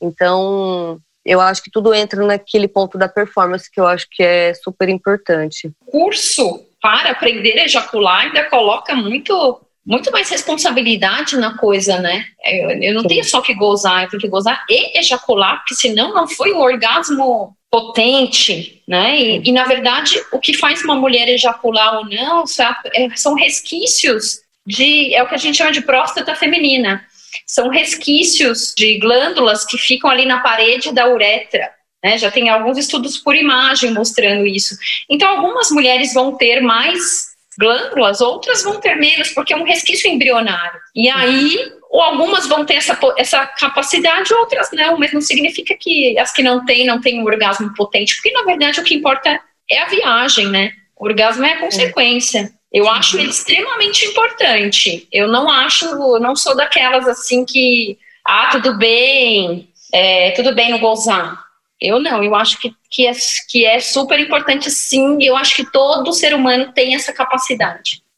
Então, eu acho que tudo entra naquele ponto da performance que eu acho que é super importante. O curso para aprender a ejacular ainda coloca muito... muito mais responsabilidade na coisa, né? Eu, eu não Sim. tenho só que gozar, eu tenho que gozar e ejacular, porque senão não foi um orgasmo potente, né? E, e na verdade, o que faz uma mulher ejacular ou não são resquícios de, é o que a gente chama de próstata feminina. São resquícios de glândulas que ficam ali na parede da uretra, né? Já tem alguns estudos por imagem mostrando isso. Então, algumas mulheres vão ter mais glândulas, outras vão ter menos, porque é um resquício embrionário. E aí, ou algumas vão ter essa, essa capacidade, outras não, mas não significa que as que não têm, não têm um orgasmo potente, porque na verdade o que importa é a viagem, né? O orgasmo é a consequência. Eu acho ele extremamente importante. Eu não acho, não sou daquelas assim que, ah, tudo bem, é, tudo bem não gozar. Eu não, eu acho que, que, é, que é super importante sim, e eu acho que todo ser humano tem essa capacidade.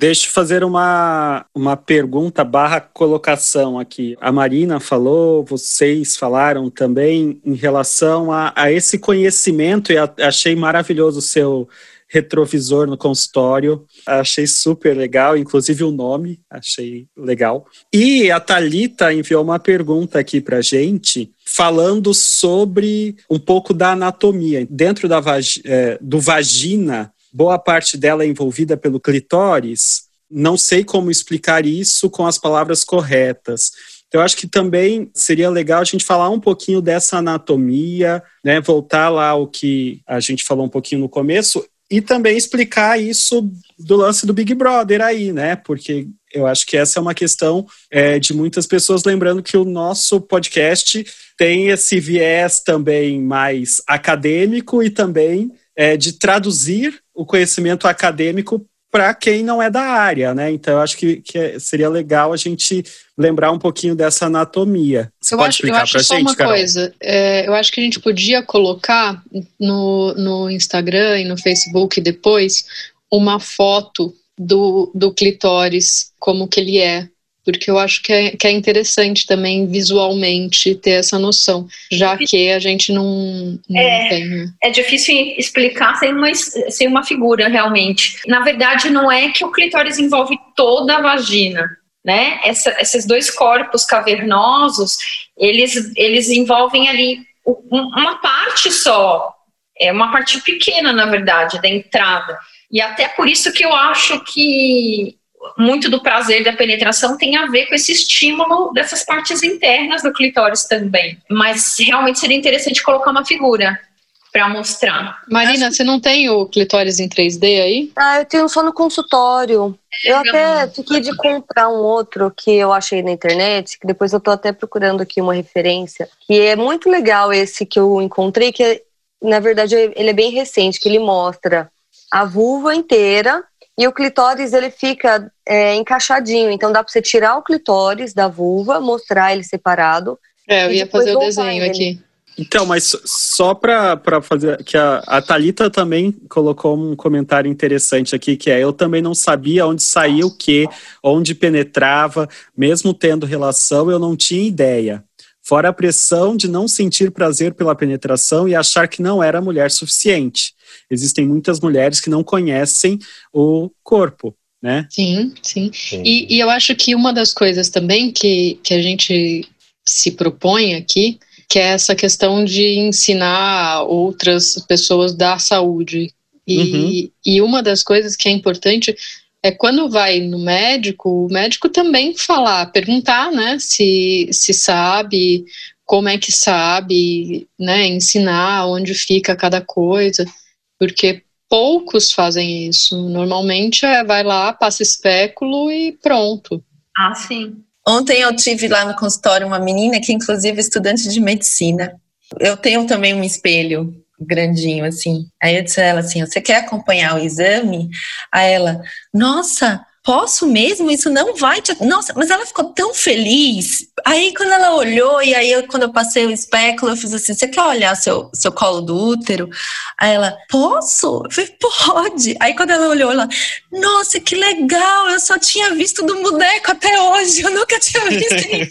Deixa eu fazer uma, uma pergunta barra colocação aqui. A Marina falou, vocês falaram também em relação a, a esse conhecimento, e a, achei maravilhoso o seu retrovisor no consultório, achei super legal, inclusive o nome, achei legal. E a Thalita enviou uma pergunta aqui pra gente, falando sobre um pouco da anatomia. Dentro da vag- é, do vagina, boa parte dela é envolvida pelo clitóris. Não sei como explicar isso com as palavras corretas. Então, eu acho que também seria legal a gente falar um pouquinho dessa anatomia, né? Voltar lá ao que a gente falou um pouquinho no começo e também explicar isso do lance do Big Brother aí, né? Porque eu acho que essa é uma questão é, de muitas pessoas, lembrando que o nosso podcast tem esse viés também mais acadêmico e também é, de traduzir o conhecimento acadêmico para quem não é da área, né? Então, eu acho que, que seria legal a gente lembrar um pouquinho dessa anatomia. Você eu pode acho, explicar eu acho pra só gente, uma Carol? coisa. É, eu acho que a gente podia colocar no, no Instagram e no Facebook depois uma foto do, do clitóris, como que ele é. Porque eu acho que é, que é interessante também visualmente ter essa noção, já que a gente não, não é, tem. É difícil explicar sem uma, sem uma figura, realmente. Na verdade, não é que o clitóris envolve toda a vagina, né? Essa, esses dois corpos cavernosos, eles, eles envolvem ali uma parte só, é uma parte pequena, na verdade, da entrada. E até por isso que eu acho que muito do prazer da penetração tem a ver com esse estímulo dessas partes internas do clitóris também. Mas realmente seria interessante colocar uma figura para mostrar. Marina, Acho... você não tem o clitóris em três D aí? Ah, eu tenho só no consultório. É, eu até fiquei de comprar um outro que eu achei na internet, que depois eu tô até procurando aqui uma referência, que é muito legal esse que eu encontrei, que na verdade ele é bem recente, que ele mostra a vulva inteira e o clitóris ele fica é, encaixadinho, então dá para você tirar o clitóris da vulva, mostrar ele separado. É, eu ia fazer o desenho ele. aqui. Então, mas só para fazer, que a, a Thalita também colocou um comentário interessante aqui, que é, eu também não sabia onde saía o quê, onde penetrava, mesmo tendo relação, eu não tinha ideia. Fora a pressão de não sentir prazer pela penetração e achar que não era mulher suficiente. Existem muitas mulheres que não conhecem o corpo, né? Sim, sim. sim. E, e eu acho que uma das coisas também que, que a gente se propõe aqui, que é essa questão de ensinar outras pessoas da saúde. E, uhum. e uma das coisas que é importante é quando vai no médico, o médico também falar, perguntar, né, se, se sabe, como é que sabe, né, ensinar onde fica cada coisa, porque poucos fazem isso. Normalmente é vai lá, passa espéculo e pronto. Ah, sim. Ontem eu tive lá no consultório uma menina que inclusive é estudante de medicina. Eu tenho também um espelho grandinho assim. Aí eu disse a ela assim, você quer acompanhar o exame? Aí ela, nossa, posso mesmo? Isso não vai te... Nossa, mas ela ficou tão feliz. Aí quando ela olhou, e aí eu, quando eu passei o espéculo, eu fiz assim, você quer olhar seu, seu colo do útero? Aí ela, posso? Eu falei, pode. Aí quando ela olhou, ela, nossa, que legal, eu só tinha visto do boneco até hoje, eu nunca tinha visto ninguém.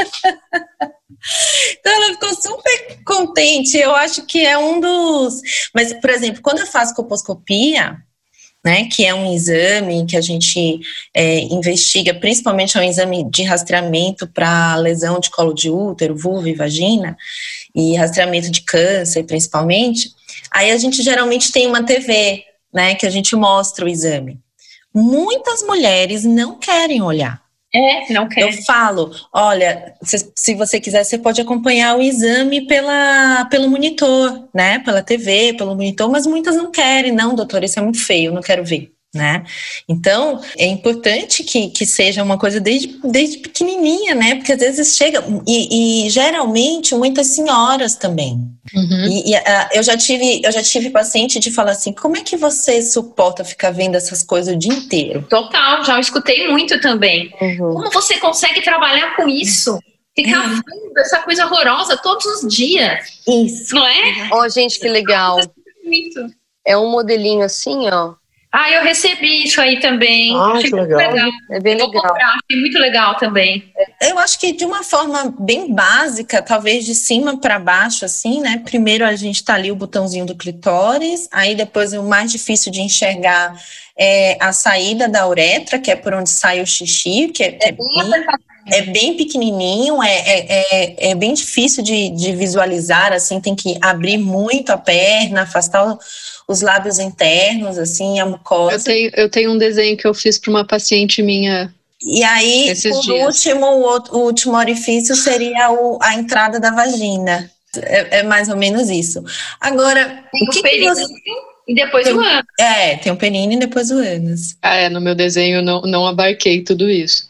Então ela ficou super contente. Eu acho que é um dos... Mas, por exemplo, quando eu faço colposcopia, né, que é um exame que a gente é, investiga, principalmente é um exame de rastreamento para lesão de colo de útero, vulva e vagina, e rastreamento de câncer, principalmente, aí a gente geralmente tem uma T V, né, que a gente mostra o exame. Muitas mulheres não querem olhar. É, não quer. Eu falo, olha, se, se você quiser, você pode acompanhar o exame pela, pelo monitor, né? Pela T V, pelo monitor, mas muitas não querem. Não, doutora, isso é muito feio, eu não quero ver, né? Então, é importante que, que seja uma coisa desde, desde pequenininha, né? Porque às vezes chega, e, e geralmente muitas senhoras também. Uhum. E, e uh, eu, já tive, eu já tive paciente de falar assim, como é que você suporta ficar vendo essas coisas o dia inteiro? Total, já escutei muito também. Uhum. Como você consegue trabalhar com isso? Ficar uhum. vendo essa coisa horrorosa todos os dias. Isso. Não é? Ó, oh, gente, que legal. É um modelinho assim, ó. Ah, eu recebi isso aí também. Ah, achei que muito legal. legal. É bem Vou legal. comprar, achei muito legal também. Eu acho que de uma forma bem básica, talvez de cima para baixo, assim, né? Primeiro a gente tá ali o botãozinho do clitóris, aí depois o mais difícil de enxergar é a saída da uretra, que é por onde sai o xixi, que é, é, bem, é bem pequenininho, é, é, é, é bem difícil de, de visualizar, assim, tem que abrir muito a perna, afastar o, os lábios internos, assim, a mucosa. Eu tenho, eu tenho um desenho que eu fiz para uma paciente minha. E aí, Esses por dias. último, o, outro, o último orifício seria o, a entrada da vagina. É, é mais ou menos isso. Agora, Tem o que, o que períneo você... e depois tem, o ânus. É, tem o períneo e depois o ânus. Ah, é, no meu desenho não, não abarquei tudo isso.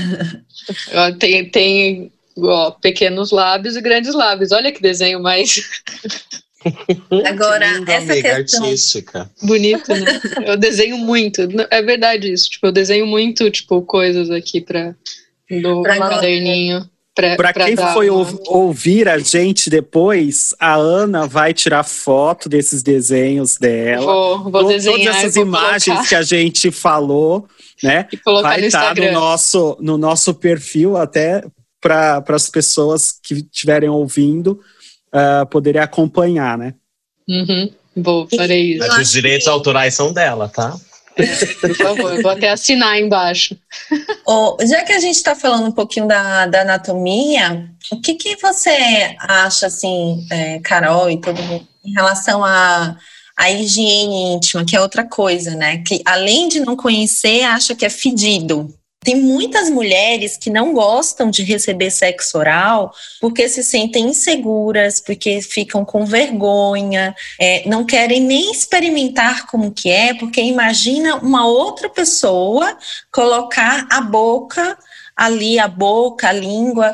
Ó, tem tem ó, pequenos lábios e grandes lábios. Olha que desenho mais Agora, Que lindo, essa amiga, questão... artística. bonito, né? Eu desenho muito. É verdade isso. Tipo, eu desenho muito, tipo, coisas aqui para do Pra caderninho. Pra, Para pra quem dar foi uma- ou- ouvir a gente depois, a Ana vai tirar foto desses desenhos dela. Vou, vou To- desenhar Todas essas e vou imagens colocar, que a gente falou, né? e colocar Vai no estar no Instagram. nosso, no nosso perfil até para as pessoas que estiverem ouvindo uh, poderem acompanhar, né? Uhum, vou, farei isso. Mas os direitos autorais são dela, tá? Por favor, eu vou até assinar embaixo. Oh, já que a gente está falando um pouquinho da, da anatomia, o que, que você acha, assim, é, Carol e todo mundo, em relação à à higiene íntima, que é outra coisa, né? Que além de não conhecer, acha que é fedido. Tem muitas mulheres que não gostam de receber sexo oral porque se sentem inseguras, porque ficam com vergonha, é, não querem nem experimentar como que é, porque imagina uma outra pessoa colocar a boca ali, a boca, a língua.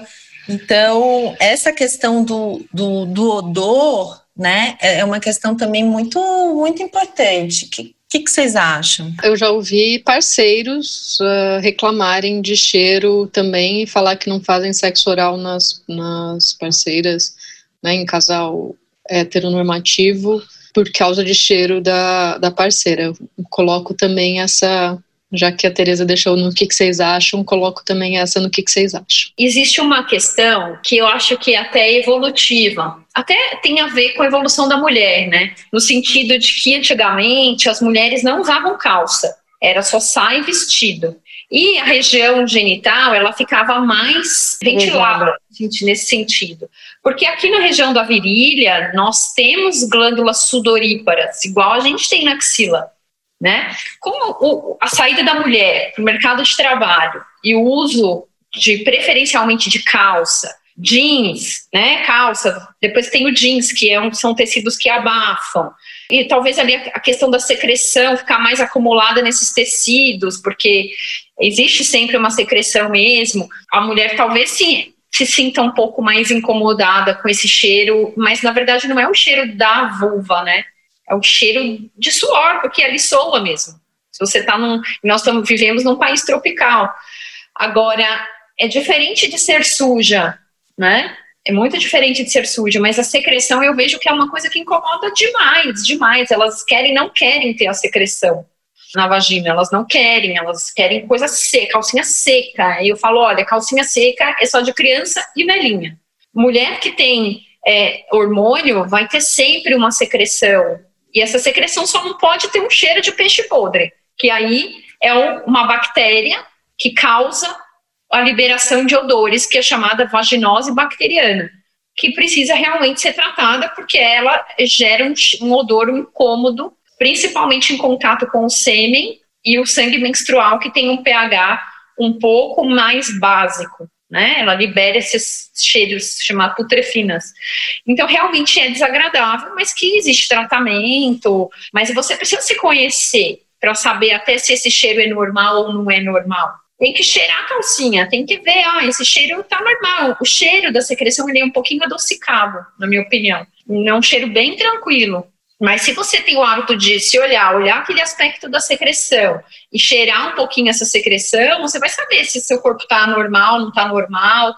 Então, essa questão do, do, do odor, né, é uma questão também muito, muito importante. Que, O que, que vocês acham? Eu já ouvi parceiros uh, reclamarem de cheiro também e falar que não fazem sexo oral nas, nas parceiras, né, em casal heteronormativo, por causa de cheiro da, da parceira. Eu coloco também essa, já que a Tereza deixou no que, que vocês acham, coloco também essa no que, que vocês acham. Existe uma questão que eu acho que é até evolutiva, até tem a ver com a evolução da mulher, né? No sentido de que antigamente as mulheres não usavam calça, era só saia e vestido. E a região genital, ela ficava mais ventilada nesse sentido. Porque aqui na região da virilha, nós temos glândulas sudoríparas, igual a gente tem na axila, né? Como o, a saída da mulher para o mercado de trabalho e o uso de, preferencialmente de calça, jeans, né, calça, depois tem o jeans, que é um, são tecidos que abafam, e talvez ali a questão da secreção ficar mais acumulada nesses tecidos, porque existe sempre uma secreção mesmo, a mulher talvez sim se sinta um pouco mais incomodada com esse cheiro, mas na verdade não é o cheiro da vulva, né, é o cheiro de suor, porque ali soa mesmo. Se você tá num, nós estamos, vivemos num país tropical. Agora, é diferente de ser suja, né? É muito diferente de ser suja, mas a secreção eu vejo que é uma coisa que incomoda demais, demais. Elas querem, não querem ter a secreção na vagina, elas não querem, elas querem coisa seca, calcinha seca. Aí eu falo, olha, calcinha seca é só de criança e velhinha. Mulher que tem é, hormônio vai ter sempre uma secreção, e essa secreção só não pode ter um cheiro de peixe podre, que aí é uma bactéria que causa a liberação de odores, que é chamada vaginose bacteriana, que precisa realmente ser tratada, porque ela gera um, um odor um incômodo, principalmente em contato com o sêmen e o sangue menstrual, que tem um pH um pouco mais básico, né? Ela libera esses cheiros chamados putrefinas. Então, realmente é desagradável, mas que existe tratamento, mas você precisa se conhecer para saber até se esse cheiro é normal ou não é normal. Tem que cheirar a calcinha, tem que ver, ah, esse cheiro tá normal. O cheiro da secreção, ele é um pouquinho adocicado, na minha opinião. É um cheiro bem tranquilo. Mas se você tem o hábito de se olhar, olhar aquele aspecto da secreção e cheirar um pouquinho essa secreção, você vai saber se seu corpo tá normal, não tá normal,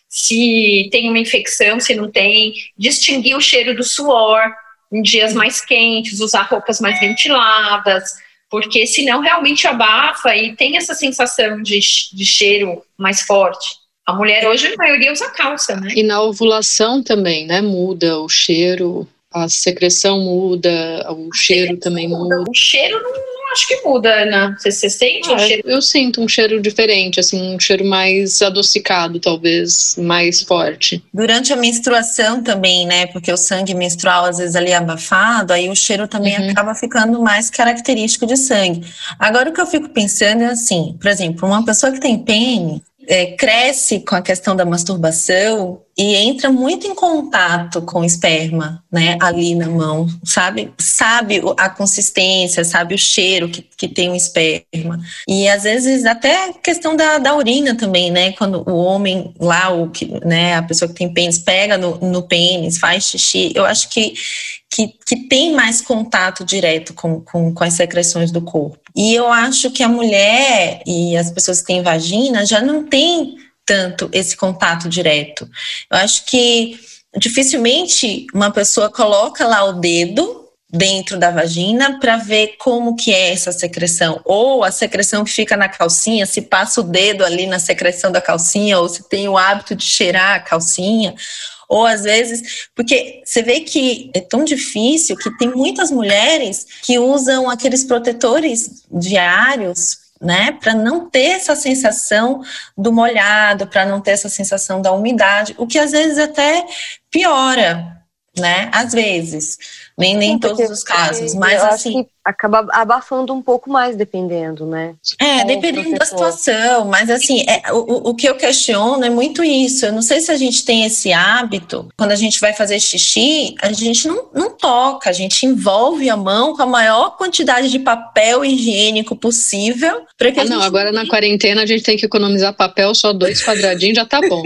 se tem uma infecção, se não tem. Distinguir o cheiro do suor em dias mais quentes, usar roupas mais ventiladas, porque senão realmente abafa e tem essa sensação de, de cheiro mais forte. A mulher hoje, a maioria usa calça, né? E na ovulação também, né? Muda o cheiro, a secreção muda, o cheiro também muda. O cheiro não, não acho que muda, Ana. Você, você sente ah, um cheiro? Eu sinto um cheiro diferente, assim, um cheiro mais adocicado, talvez, mais forte. Durante a menstruação também, né? Porque o sangue menstrual, às vezes, ali é abafado, aí o cheiro também uhum. acaba ficando mais característico de sangue. Agora, o que eu fico pensando é assim, por exemplo, uma pessoa que tem pênis, É, cresce com a questão da masturbação e entra muito em contato com o esperma, né, ali na mão, sabe? Sabe a consistência, sabe o cheiro que, que tem o esperma. E às vezes até a questão da, da urina também, né? Quando o homem lá, o que, né, a pessoa que tem pênis, pega no, no pênis, faz xixi, eu acho que Que, que tem mais contato direto com, com, com as secreções do corpo. E eu acho que a mulher e as pessoas que têm vagina já não têm tanto esse contato direto. Eu acho que dificilmente uma pessoa coloca lá o dedo dentro da vagina para ver como que é essa secreção, ou a secreção que fica na calcinha, se passa o dedo ali na secreção da calcinha, ou se tem o hábito de cheirar a calcinha. Ou às vezes, porque você vê que é tão difícil que tem muitas mulheres que usam aqueles protetores diários, né, para não ter essa sensação do molhado, para não ter essa sensação da umidade, o que às vezes até piora, né, às vezes, nem, nem em todos os casos, mas eu assim... acho que acaba abafando um pouco mais, dependendo, né? É, dependendo da situação, mas assim, é, o, o que eu questiono é muito isso. Eu não sei se a gente tem esse hábito, quando a gente vai fazer xixi, a gente não, não toca, a gente envolve a mão com a maior quantidade de papel higiênico possível. Pra que ah, a não, gente... agora na quarentena a gente tem que economizar papel, só dois quadradinhos já tá bom.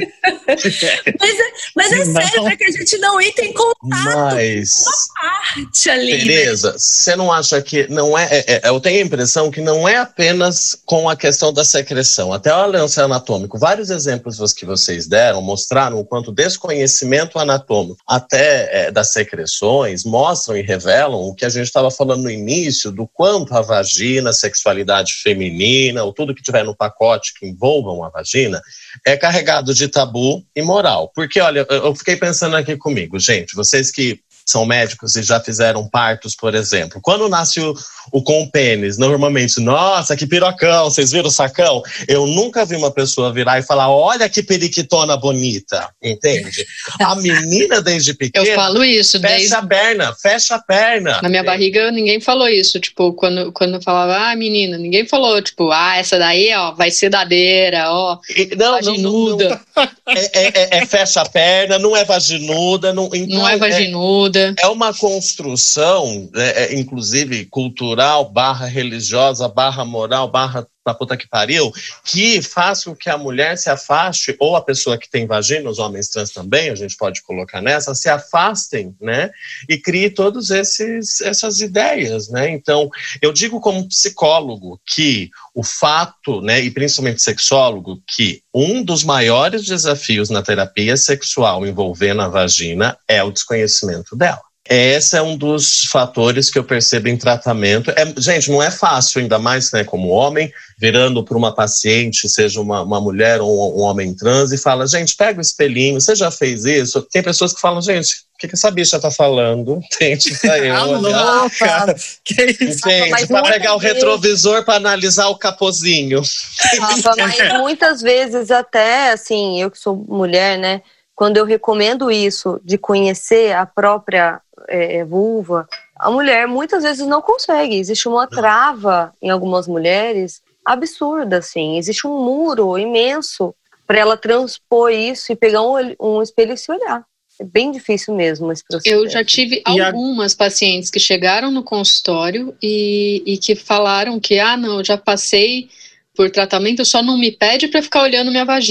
mas, é, mas é sério, para que a gente não entre em contato mas... com uma parte ali. Beleza, você não acha que não é, é, é, eu tenho a impressão que não é apenas com a questão da secreção, até o alcance anatômico, vários exemplos que vocês deram mostraram o quanto desconhecimento anatômico até é, das secreções mostram e revelam o que a gente estava falando no início, do quanto a vagina, a sexualidade feminina, ou tudo que tiver no pacote que envolva uma vagina, é carregado de tabu e moral. Porque, olha, eu fiquei pensando aqui comigo, gente, vocês que são médicos e já fizeram partos, por exemplo. Quando nasce o, o com o pênis, normalmente, nossa, que pirocão, vocês viram o sacão? Eu nunca vi uma pessoa virar e falar, olha que periquitona bonita, entende? A menina desde pequena... Eu falo isso. Fecha desde... a perna, fecha a perna. Na minha barriga, ninguém falou isso. Tipo, quando, quando eu falava, ah, menina, ninguém falou, tipo, ah, essa daí, ó, vai ser dadeira, ó, e, não, vaginuda. Não, não, não. É, é, é fecha a perna, não é vaginuda. Não, então, não é vaginuda. É uma construção, é, é, inclusive cultural, barra religiosa, barra moral, barra da puta que pariu, que faz com que a mulher se afaste, ou a pessoa que tem vagina, os homens trans também, a gente pode colocar nessa, se afastem, né, e crie todas essas ideias, né. Então, eu digo como psicólogo que o fato, né, e principalmente sexólogo, que um dos maiores desafios na terapia sexual envolvendo a vagina é o desconhecimento dela. Esse é um dos fatores que eu percebo em tratamento. É, gente, não é fácil, ainda mais, né, como homem, virando para uma paciente, seja uma, uma mulher ou um homem trans, e fala, gente, pega o espelhinho, você já fez isso? Tem pessoas que falam, gente, o que, que essa bicha tá falando? Tente pra eu. Ah, louca! Que isso? Gente, para pegar o retrovisor para analisar o capozinho. Rafa, mas muitas vezes até, assim, eu que sou mulher, né, quando eu recomendo isso, de conhecer a própria é, vulva, a mulher muitas vezes não consegue. Existe uma trava em algumas mulheres absurda, assim. Existe um muro imenso para ela transpor isso e pegar um, um espelho e se olhar. É bem difícil mesmo esse processo. Eu já tive e algumas a... pacientes que chegaram no consultório e, e que falaram que, ah, não, eu já passei por tratamento, só não me pede para ficar olhando minha vagina.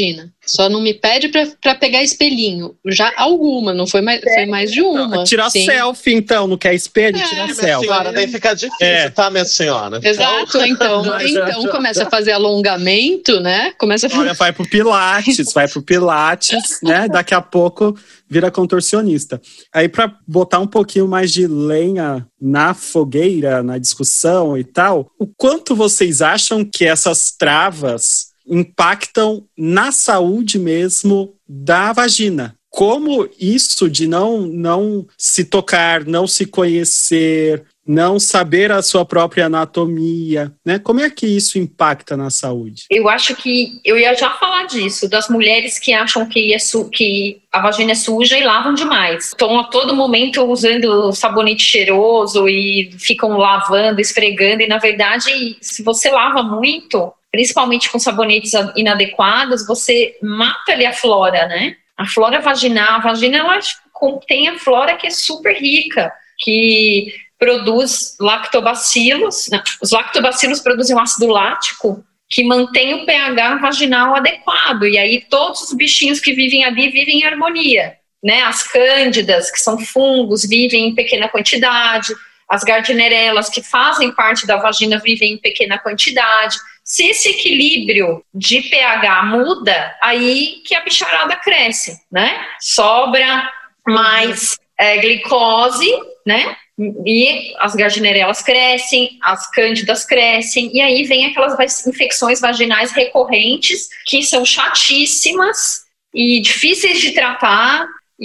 Só não me pede pra, pra pegar espelhinho. Já alguma, não foi mais, foi mais de uma. Tirar sim. selfie, então, não quer espelho? É, Tira minha selfie. senhora, daí fica difícil, é. tá, minha senhora? Exato, então, então começa a fazer alongamento, né? Começa a... Olha, vai pro Pilates, vai pro Pilates, né? Daqui a pouco vira contorcionista. Aí, para botar um pouquinho mais de lenha na fogueira, na discussão e tal, o quanto vocês acham que essas travas impactam na saúde mesmo da vagina? Como isso de não, não se tocar, não se conhecer, não saber a sua própria anatomia, né? Como é que isso impacta na saúde? Eu acho que, eu ia já falar disso, das mulheres que acham que, é su, que a vagina é suja e lavam demais. Estão a todo momento usando sabonete cheiroso e ficam lavando, esfregando, e na verdade, se você lava muito, principalmente com sabonetes inadequados, você mata ali a flora, né? A flora vaginal, a vagina, ela contém a flora que é super rica, que produz lactobacilos. Os lactobacilos produzem um ácido lático que mantém o pH vaginal adequado, e aí todos os bichinhos que vivem ali vivem em harmonia, né? As cândidas, que são fungos, vivem em pequena quantidade, as gardinerelas, que fazem parte da vagina, vivem em pequena quantidade. Se esse equilíbrio de pH muda, aí que a bicharada cresce, né? Sobra mais é, glicose, né? E as gardinerelas crescem, as cândidas crescem, e aí vem aquelas infecções vaginais recorrentes que são chatíssimas e difíceis de tratar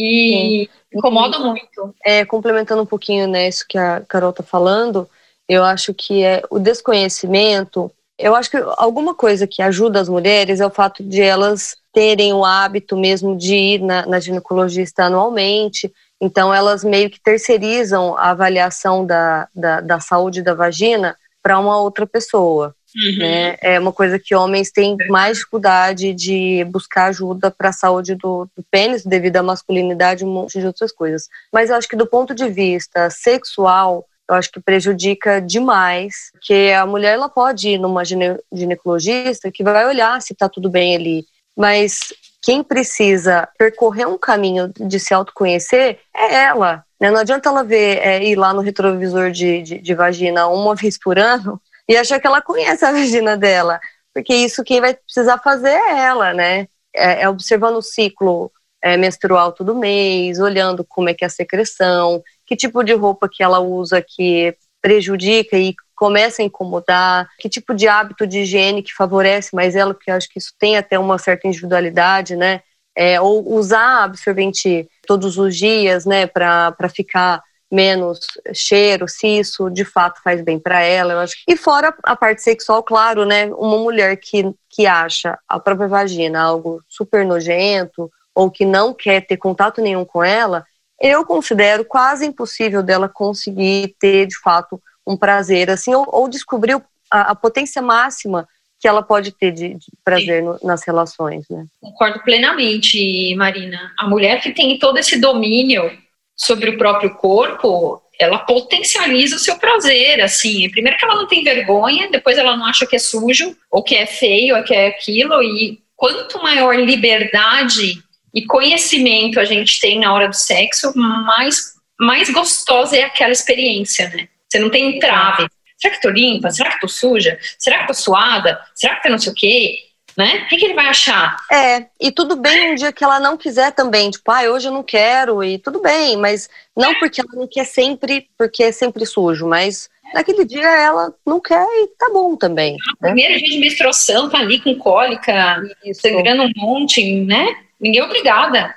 e Sim. incomodam muito. É, complementando um pouquinho, né, isso que a Carol está falando, eu acho que é o desconhecimento. Eu acho que alguma coisa que ajuda as mulheres é o fato de elas terem o hábito mesmo de ir na, na ginecologista anualmente. Então, elas meio que terceirizam a avaliação da, da, da saúde da vagina para uma outra pessoa. Uhum. Né? É uma coisa que homens têm mais dificuldade de buscar ajuda para a saúde do, do pênis, devido à masculinidade e um monte de outras coisas. Mas eu acho que do ponto de vista sexual, eu acho que prejudica demais, porque a mulher ela pode ir numa gine, ginecologista que vai olhar se está tudo bem ali, mas quem precisa percorrer um caminho de se autoconhecer é ela. Né? Não adianta ela ver, é, ir lá no retrovisor de, de, de vagina uma vez por ano e achar que ela conhece a vagina dela, porque isso quem vai precisar fazer é ela, né? É, é observando o ciclo é, menstrual todo mês, olhando como é que é a secreção, que tipo de roupa que ela usa que prejudica e começa a incomodar, que tipo de hábito de higiene que favorece mais ela, porque eu acho que isso tem até uma certa individualidade, né? É, ou usar absorvente todos os dias, né, para ficar menos cheiro, se isso de fato faz bem para ela, eu acho. E fora a parte sexual, claro, né, uma mulher que, que acha a própria vagina algo super nojento, ou que não quer ter contato nenhum com ela, eu considero quase impossível dela conseguir ter, de fato, um prazer, assim, ou, ou descobrir a, a potência máxima que ela pode ter de, de prazer no, nas relações, né? Concordo plenamente, Marina. A mulher que tem todo esse domínio sobre o próprio corpo, ela potencializa o seu prazer, assim. Primeiro que ela não tem vergonha, depois ela não acha que é sujo, ou que é feio, ou que é aquilo, e quanto maior liberdade e conhecimento a gente tem na hora do sexo, mais, mais gostosa é aquela experiência, né? Você não tem entrave. Será que tô limpa? Será que tô suja? Será que tô suada? Será que tá não sei o quê? Né? O que, que ele vai achar? É, e tudo bem um dia que ela não quiser também, tipo, ah, hoje eu não quero, e tudo bem, mas não porque ela não quer sempre, porque é sempre sujo, mas naquele dia ela não quer e tá bom também. Ah, né? Primeiro dia de menstruação, tá ali com cólica, sangrando um monte, né? Ninguém é obrigada.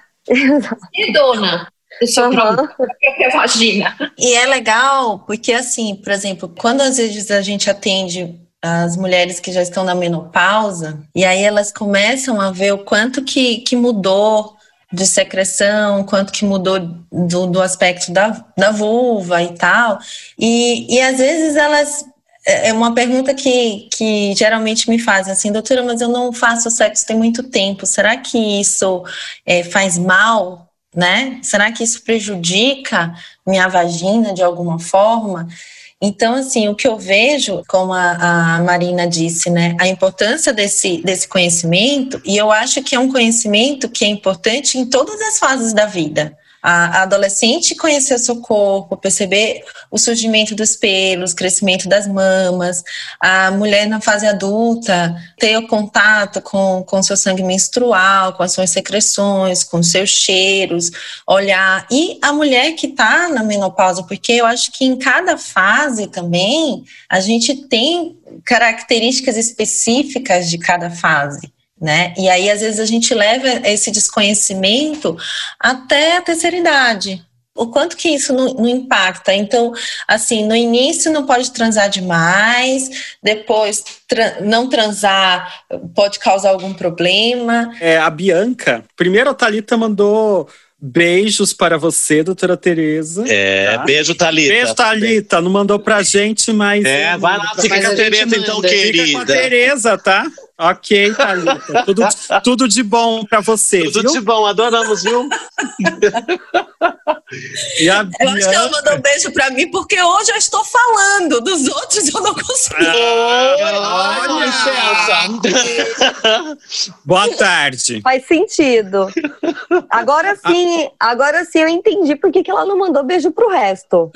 E dona? Do seu próprio, própria vagina. E é legal porque, assim, por exemplo, quando às vezes a gente atende as mulheres que já estão na menopausa, e aí elas começam a ver o quanto que, que mudou de secreção, quanto que mudou do, do aspecto da, da vulva e tal, e, e às vezes elas... É uma pergunta que, que geralmente me fazem, assim, doutora, mas eu não faço sexo tem muito tempo, será que isso é, faz mal, né? Será que isso prejudica minha vagina de alguma forma? Então, assim, o que eu vejo, como a, a Marina disse, né, a importância desse, desse conhecimento, e eu acho que é um conhecimento que é importante em todas as fases da vida. A adolescente conhecer seu corpo, perceber o surgimento dos pelos, crescimento das mamas, a mulher na fase adulta ter o contato com o seu sangue menstrual, com as suas secreções, com os seus cheiros, olhar. E a mulher que está na menopausa, porque eu acho que em cada fase também a gente tem características específicas de cada fase. Né? E aí, às vezes, a gente leva esse desconhecimento até a terceira idade. O quanto que isso não, não impacta? Então, assim, no início não pode transar demais, depois tra- não transar pode causar algum problema. É, a Bianca, primeiro a Thalita mandou beijos para você, doutora Tereza. É, tá? Beijo, Thalita. Beijo, Thalita. Não mandou pra gente, mas... É, vai lá, fica com a Tereza, então, querida. Fica com a Tereza, tá? Ok, Thalita. Tudo, tudo de bom pra você, Tudo viu? de bom, adoramos, viu? E a eu acho que ela mandou um beijo pra mim porque hoje eu estou falando, dos outros eu não consigo. Ah, olha, boa tarde. Faz sentido. Agora sim, agora sim eu entendi por que, que ela não mandou beijo pro resto.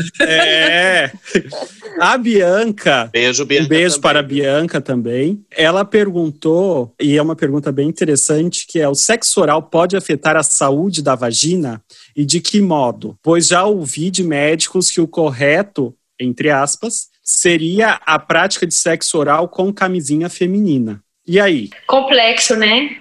É. A Bianca, beijo, Bianca um beijo também. para a Bianca também. Ela perguntou, e é uma pergunta bem interessante, que é: o sexo oral pode afetar a saúde da vagina? E de que modo? Pois já ouvi de médicos que o correto, entre aspas, seria a prática de sexo oral com camisinha feminina. E aí? Complexo, né?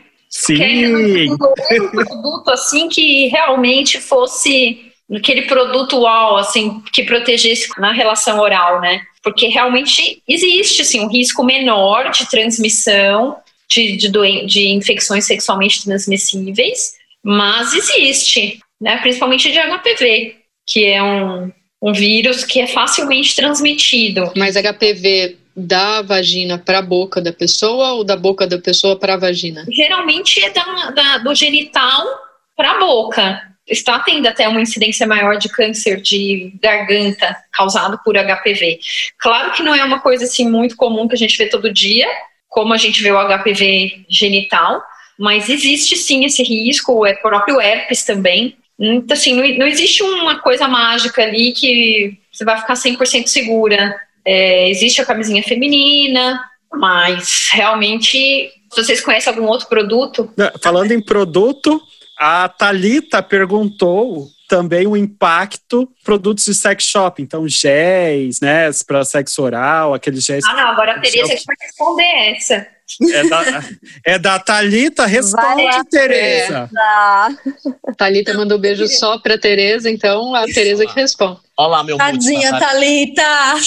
Sim. Porque um produto assim que realmente fosse aquele produto uau, assim, que protegesse na relação oral, né? Porque realmente existe, assim, um risco menor de transmissão de, de, doen- de infecções sexualmente transmissíveis, mas existe, né? Principalmente de H P V, que é um, um vírus que é facilmente transmitido. Mas H P V da vagina para a boca da pessoa ou da boca da pessoa para a vagina? Geralmente é da, da, do genital para a boca. Está tendo até uma incidência maior de câncer de garganta causado por H P V. Claro que não é uma coisa assim muito comum que a gente vê todo dia, como a gente vê o H P V genital, mas existe sim esse risco, é próprio herpes também. Então, assim, não, não existe uma coisa mágica ali que você vai ficar cem por cento segura. É, existe a camisinha feminina, mas realmente, se vocês conhecem algum outro produto... Falando em produto, a Thalita perguntou também o impacto produtos de sex shop, então géis, né, para sexo oral, aqueles géis... Ah, não, agora a Tereza que vai responder essa. É da, é da Thalita, responde, Vai lá, Tereza. Ah, Thalita mandou beijo só pra Tereza, então a Tereza que responde. Olha lá, meu Tadinha, Thalita!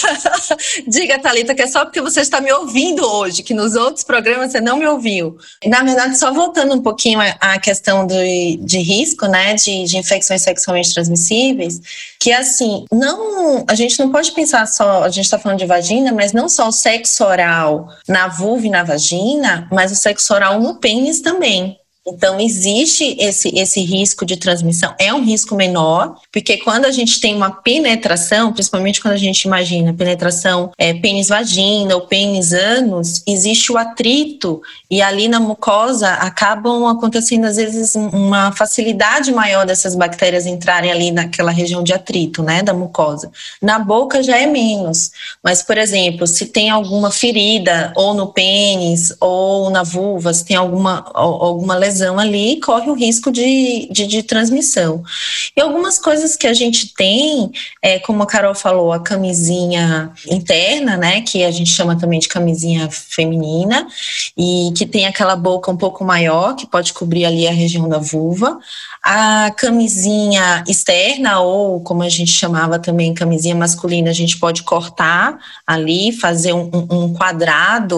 Diga, Thalita, que é só porque você está me ouvindo hoje, que nos outros programas você não me ouviu. Na verdade, só voltando um pouquinho à questão do, de risco, né, de, de infecções sexualmente transmissíveis, que assim, não, a gente não pode pensar só, a gente está falando de vagina, mas não só o sexo oral na vulva e na vagina, mas o sexo oral no pênis também. Então, existe esse, esse risco de transmissão, é um risco menor, porque quando a gente tem uma penetração, principalmente quando a gente imagina penetração é, pênis-vagina ou pênis-ânus, existe o atrito e ali na mucosa acabam acontecendo, às vezes, uma facilidade maior dessas bactérias entrarem ali naquela região de atrito, né, da mucosa. Na boca já é menos, mas, por exemplo, se tem alguma ferida ou no pênis ou na vulva, se tem alguma, alguma lesão ali, corre o risco de, de, de transmissão. E algumas coisas que a gente tem, é, como a Carol falou, a camisinha interna, né, que a gente chama também de camisinha feminina, e que tem aquela boca um pouco maior, que pode cobrir ali a região da vulva. A camisinha externa, ou como a gente chamava também camisinha masculina, a gente pode cortar ali, fazer um, um quadrado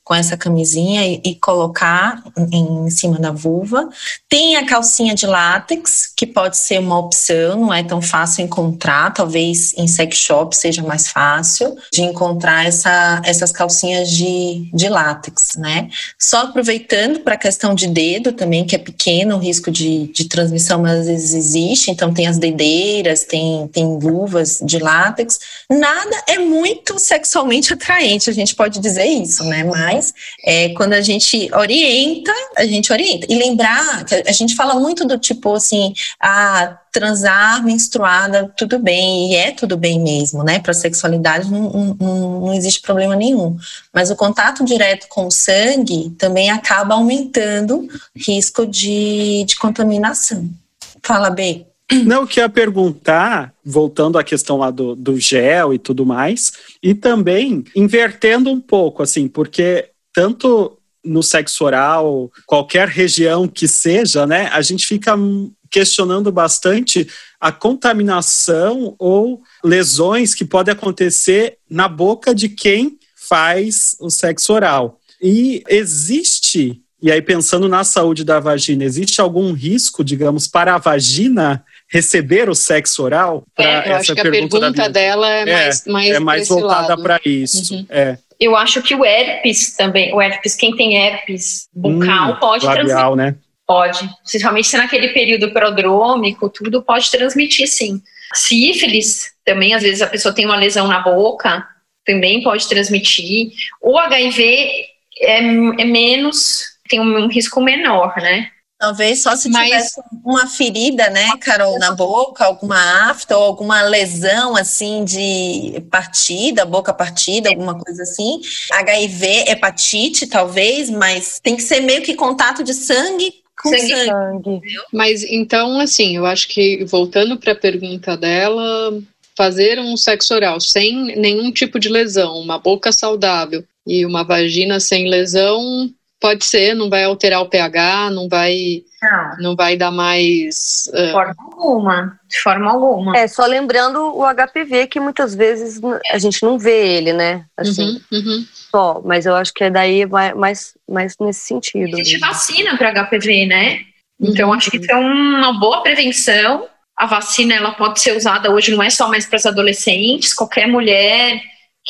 com essa camisinha e, e colocar em, em cima da vulva. Tem a calcinha de látex, que pode ser uma opção, não é tão fácil encontrar, talvez em sex shop seja mais fácil de encontrar essa, essas calcinhas de, de látex, né? Só aproveitando para a questão de dedo também, que é pequeno o risco de, de transmissão, mas às vezes existe, então tem as dedeiras, tem, tem luvas de látex. Nada é muito sexualmente atraente, a gente pode dizer isso, né? Mas é, quando a gente orienta, a gente orienta. E lembrar que a gente fala muito do tipo assim, ah, transar menstruada, tudo bem, e é tudo bem mesmo, né? Para a sexualidade não, não, não existe problema nenhum. Mas o contato direto com o sangue também acaba aumentando risco de, de contaminação. Fala, B. Não, eu queria perguntar, voltando à questão lá do, do gel e tudo mais, e também invertendo um pouco, assim, porque tanto no sexo oral, qualquer região que seja, né, a gente fica questionando bastante a contaminação ou lesões que podem acontecer na boca de quem faz o sexo oral. E existe, e aí pensando na saúde da vagina, existe algum risco, digamos, para a vagina receber o sexo oral? É, eu acho que a pergunta da dela é mais, é, mais, é mais voltada para isso. Uhum. É. Eu acho que o herpes também, o herpes, quem tem herpes bucal hum, pode labial, transmitir. Né? Pode, principalmente se naquele período prodrômico, tudo pode transmitir, sim. Sífilis, também, às vezes a pessoa tem uma lesão na boca, também pode transmitir. O H I V é, é menos, tem um, um risco menor, né? Talvez só se Mas... tivesse uma ferida, né, Carol, na boca, alguma afta ou alguma lesão, assim, de partida, boca partida, alguma coisa assim. H I V, hepatite, talvez, mas tem que ser meio que contato de sangue com sangue. sangue. Mas, então, assim, eu acho que, voltando para a pergunta dela, fazer um sexo oral sem nenhum tipo de lesão, uma boca saudável e uma vagina sem lesão... Pode ser, não vai alterar o pH, não vai, não. Não vai dar mais... De uh... forma alguma, de forma alguma. É, só lembrando o H P V, que muitas vezes a gente não vê ele, né? Assim, uhum, uhum. Só, mas eu acho que é daí mais, mais nesse sentido. Existe vacina para H P V, né? Então, uhum. acho que isso é uma boa prevenção. A vacina, ela pode ser usada hoje, não é só mais para os adolescentes, qualquer mulher...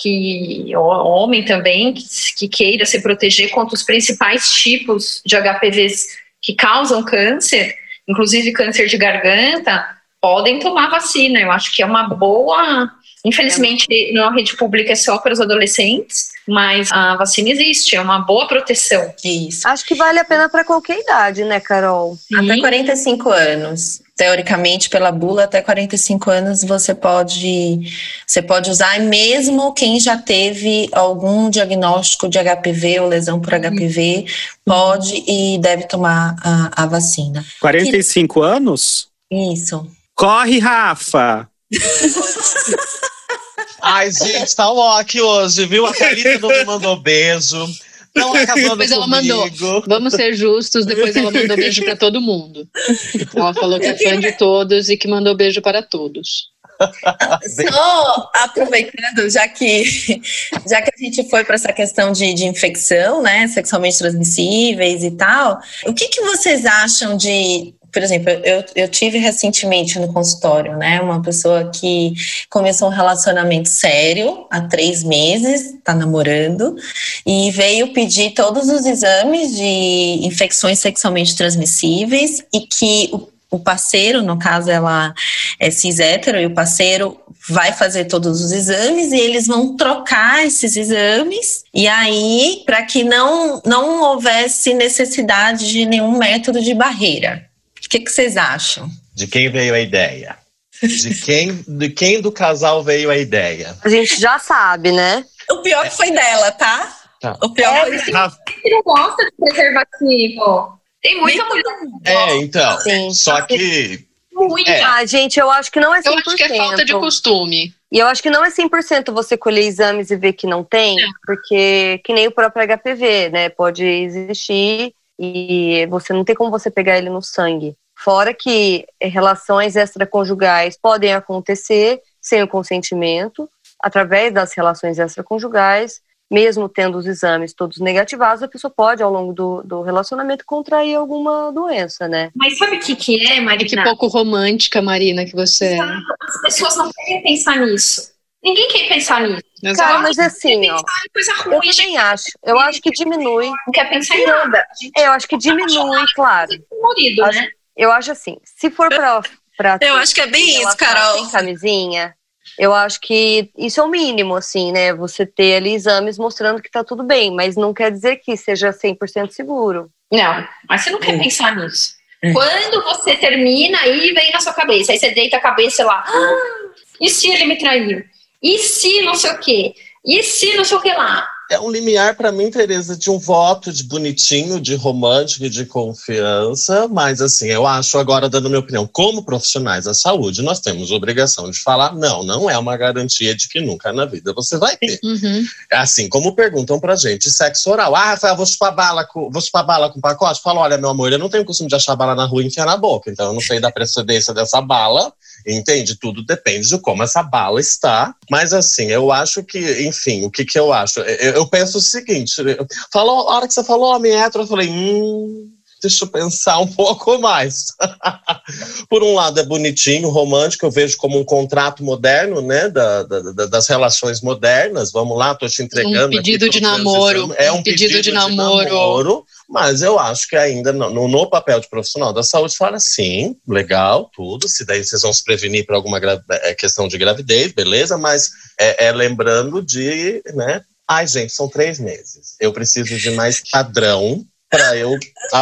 que homem também, que, que queira se proteger contra os principais tipos de H P Vs que causam câncer, inclusive câncer de garganta, podem tomar vacina. Eu acho que é uma boa... Infelizmente, na rede pública é só para os adolescentes, mas a vacina existe, é uma boa proteção. Isso. Acho que vale a pena para qualquer idade, né, Carol? Sim. Até quarenta e cinco anos. Teoricamente, pela bula, até quarenta e cinco anos você pode, você pode usar, mesmo quem já teve algum diagnóstico de H P V ou lesão por H P V, pode e deve tomar a, a vacina. quarenta e cinco que... anos? Isso. Corre, Rafa! Ai, gente, tá ó aqui hoje, viu? A Thalita não me mandou beijo. Não acabando depois ela comigo. mandou. Vamos ser justos, depois ela mandou beijo para todo mundo. Ela falou que é fã de todos e que mandou beijo para todos. Só aproveitando, já que, já que a gente foi para essa questão de, de infecção, né, sexualmente transmissíveis e tal, o que, que vocês acham de... Por exemplo, eu, eu tive recentemente no consultório, né, uma pessoa que começou um relacionamento sério há três meses, tá namorando, e veio pedir todos os exames de infecções sexualmente transmissíveis e que o, o parceiro, no caso ela é cis hétero, e o parceiro vai fazer todos os exames e eles vão trocar esses exames, e aí, para que não, não houvesse necessidade de nenhum método de barreira. O que, que vocês acham? De quem veio a ideia? De quem, de quem do casal veio a ideia? A gente já sabe, né? O pior que foi dela, tá? tá. O pior é, foi dela. Você não gosta de preservativo. Tem muita mulher. É, então. Sim. Só que... Muita. É. Ah, gente, eu acho que não é cem por cento. Eu acho que é falta de costume. E eu acho que não é cem por cento você colher exames e ver que não tem, é. porque que nem o próprio H P V, né? Pode existir... E você não tem como você pegar ele no sangue. Fora que relações extraconjugais podem acontecer sem o consentimento, através das relações extraconjugais, mesmo tendo os exames todos negativados, a pessoa pode, ao longo do, do relacionamento, contrair alguma doença, né? Mas sabe o que que é, Marina? Que pouco romântica, Marina, que você é. As pessoas não querem pensar nisso. Ninguém quer pensar nisso. Cara, mas é assim, ó, ruim, eu também acho. Eu acho que diminui. Não quer pensar em nada. Eu acho que diminui, claro. Marido, acho, né? Eu acho assim, se for pra... pra eu acho que é bem isso, Carol. Sem camisinha, eu acho que isso é o mínimo, assim, né? Você ter ali exames mostrando que tá tudo bem, mas não quer dizer que seja cem por cento seguro. Não, mas você não quer hum. pensar nisso. Hum. Quando você termina, aí vem na sua cabeça, aí você deita a cabeça lá, ah, e se ele me traiu? E se não sei o quê? E se não sei o que lá? É um limiar para mim, Tereza, de um voto de bonitinho, de romântico e de confiança, mas assim, eu acho agora, dando minha opinião, como profissionais da saúde, nós temos obrigação de falar, não, não é uma garantia de que nunca na vida você vai ter. Uhum. Assim, como perguntam pra gente, sexo oral, ah, Rafael, vou chupar bala com, vou chupar bala com pacote? Fala, olha, meu amor, eu não tenho costume de achar bala na rua e enfiar na boca, então eu não sei da procedência dessa bala, entende? Tudo depende de como essa bala está, mas assim, eu acho que, enfim, o que que eu acho? Eu, eu penso o seguinte, falou, a hora que você falou homem hétero, eu falei, hum, deixa eu pensar um pouco mais. Por um lado é bonitinho, romântico, eu vejo como um contrato moderno, né, da, da, das relações modernas, vamos lá, tô te entregando. Um pedido aqui de namoro. É um, um pedido, pedido de, de namoro. namoro. Mas eu acho que ainda no, no papel de profissional da saúde fala sim, legal, tudo, se daí vocês vão se prevenir para alguma gra- é, questão de gravidez, beleza, mas é, é lembrando de, né, ai gente, são três meses, eu preciso de mais padrão para eu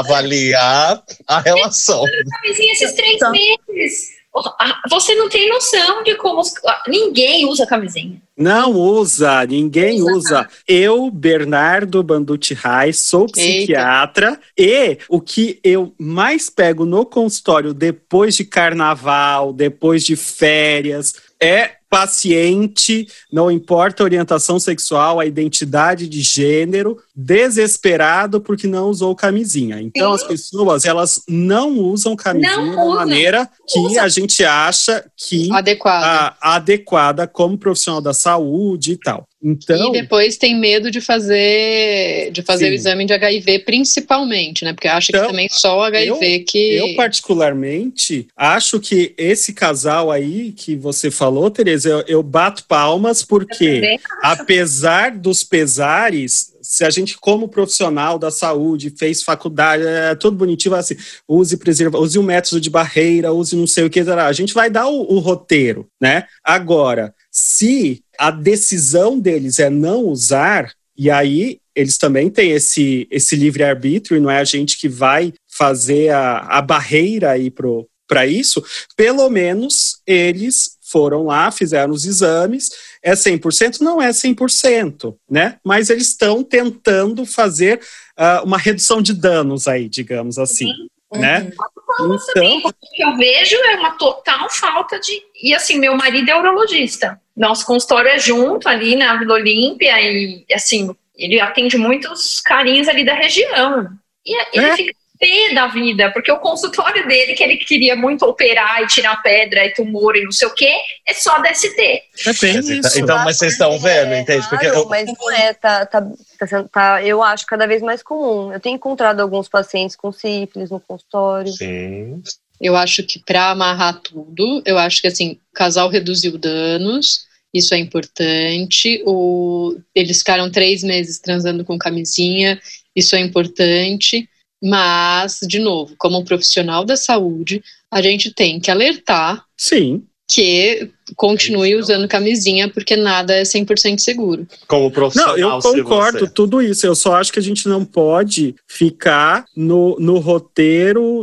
avaliar a relação. Esses três meses, você não tem noção de como os... ninguém usa camisinha. Não usa, ninguém usa. usa. Eu, Bernardo Banducci Reis, sou psiquiatra. Eita. E o que eu mais pego no consultório depois de carnaval, depois de férias, é paciente, não importa a orientação sexual, a identidade de gênero, desesperado porque não usou camisinha. Então, Sim. as pessoas, elas não usam camisinha da maneira que usa. a gente acha que adequada. A, adequada como profissional da saúde e tal. Então, e depois tem medo de fazer, de fazer sim. o exame de H I V, principalmente, né? Porque acha então, que também só o H I V eu, que... Eu, particularmente, acho que esse casal aí que você falou, Tereza, eu, eu bato palmas porque, apesar dos pesares, se a gente, como profissional da saúde, fez faculdade, é tudo bonitinho, assim, use preserva, use um método de barreira, use não sei o que, a gente vai dar o, o roteiro, né? Agora, se a decisão deles é não usar, e aí eles também têm esse, esse livre-arbítrio, e não é a gente que vai fazer a, a barreira aí para isso, pelo menos eles foram lá, fizeram os exames, é cem por cento? Não é cem por cento, né? Mas eles estão tentando fazer uh, uma redução de danos aí, digamos assim, uhum. né? Então, o que eu vejo é uma total falta de... E assim, meu marido é urologista. Nosso consultório é junto ali na Vila Olímpia e assim, ele atende muitos carinhos ali da região. E ele é. fica pé da vida, porque o consultório dele, que ele queria muito operar e tirar pedra e tumor e não sei o quê, é só D S T. É bem isso. Então, mas vocês estão vendo, é, entende? Porque claro, eu... mas não é, tá, tá, tá, tá, eu acho cada vez mais comum. Eu tenho encontrado alguns pacientes com sífilis no consultório. Sim. Eu acho que para amarrar tudo, eu acho que assim, o casal reduziu danos, isso é importante. O, eles ficaram três meses transando com camisinha, isso é importante. Mas, de novo, como profissional da saúde, a gente tem que alertar Sim. que continue é usando camisinha, porque nada é cem por cento seguro. Como profissional, não, eu concordo, você... tudo isso. Eu só acho que a gente não pode ficar no, no roteiro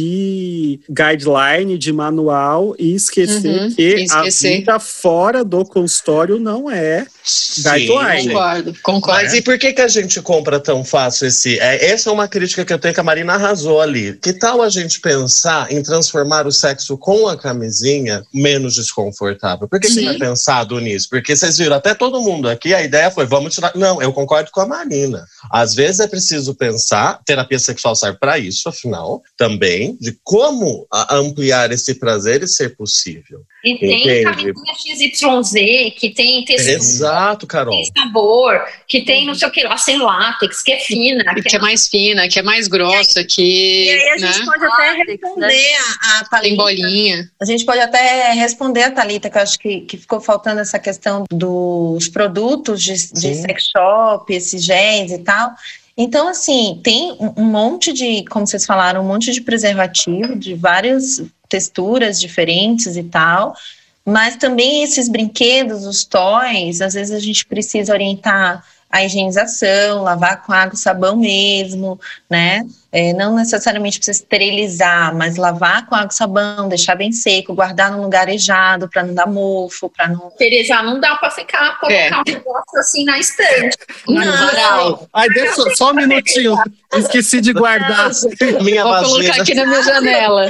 de guideline, de manual, e esquecer uhum, que esquecer. a vida fora do consultório não é guideline. Concordo, concordo. Mas e por que, que a gente compra tão fácil esse... É, essa é uma crítica que eu tenho, que a Marina arrasou ali. Que tal a gente pensar em transformar o sexo com a camisinha menos desconfortável. Por que você tem pensado nisso? Porque vocês viram, até todo mundo aqui, a ideia foi, vamos tirar... Não, eu concordo com a Marina. Às vezes é preciso pensar, terapia sexual serve para isso, afinal, também, de como ampliar esse prazer e ser possível. E tem camisinha X Y Z, que tem textura, Exato, Carol. que tem sabor, que tem não sei o que lá, sem látex, que é fina. Que, que é, é mais fina, que é mais grossa, e que... E aí a gente né? pode até responder a, a Thalita. Tem bolinha. A gente pode até responder a Thalita, que eu acho que, que ficou faltando essa questão dos produtos de, de sex shop, esses géis e tal. Então, assim, tem um monte de, como vocês falaram, um monte de preservativo, de várias texturas diferentes e tal, mas também esses brinquedos, os toys, às vezes a gente precisa orientar a higienização, lavar com água e sabão mesmo, né? É, não necessariamente precisa esterilizar, mas lavar com água e sabão, deixar bem seco, guardar num lugar arejado para não dar mofo, para não... Tereza, não dá para ficar, colocar é. um negócio assim na estante. Não, não. Ai, deixa só, só um minutinho, esqueci de guardar. Minha Vou vagina. Colocar aqui na minha janela.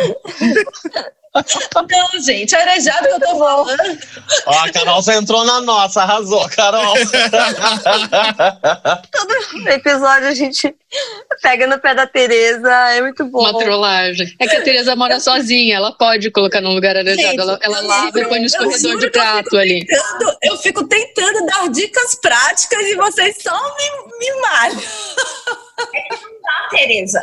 Não, gente, arejado que eu tô falando. Ó, a Carol já entrou na nossa, arrasou, Carol. Todo episódio a gente pega no pé da Tereza, é muito bom. Uma trollagem. É que a Tereza mora sozinha, ela pode colocar num lugar arejado, gente, ela, ela lava e põe no escorredor de prato ali. Tentando, eu fico tentando dar dicas práticas e vocês só me, me malham. É que não dá, Tereza.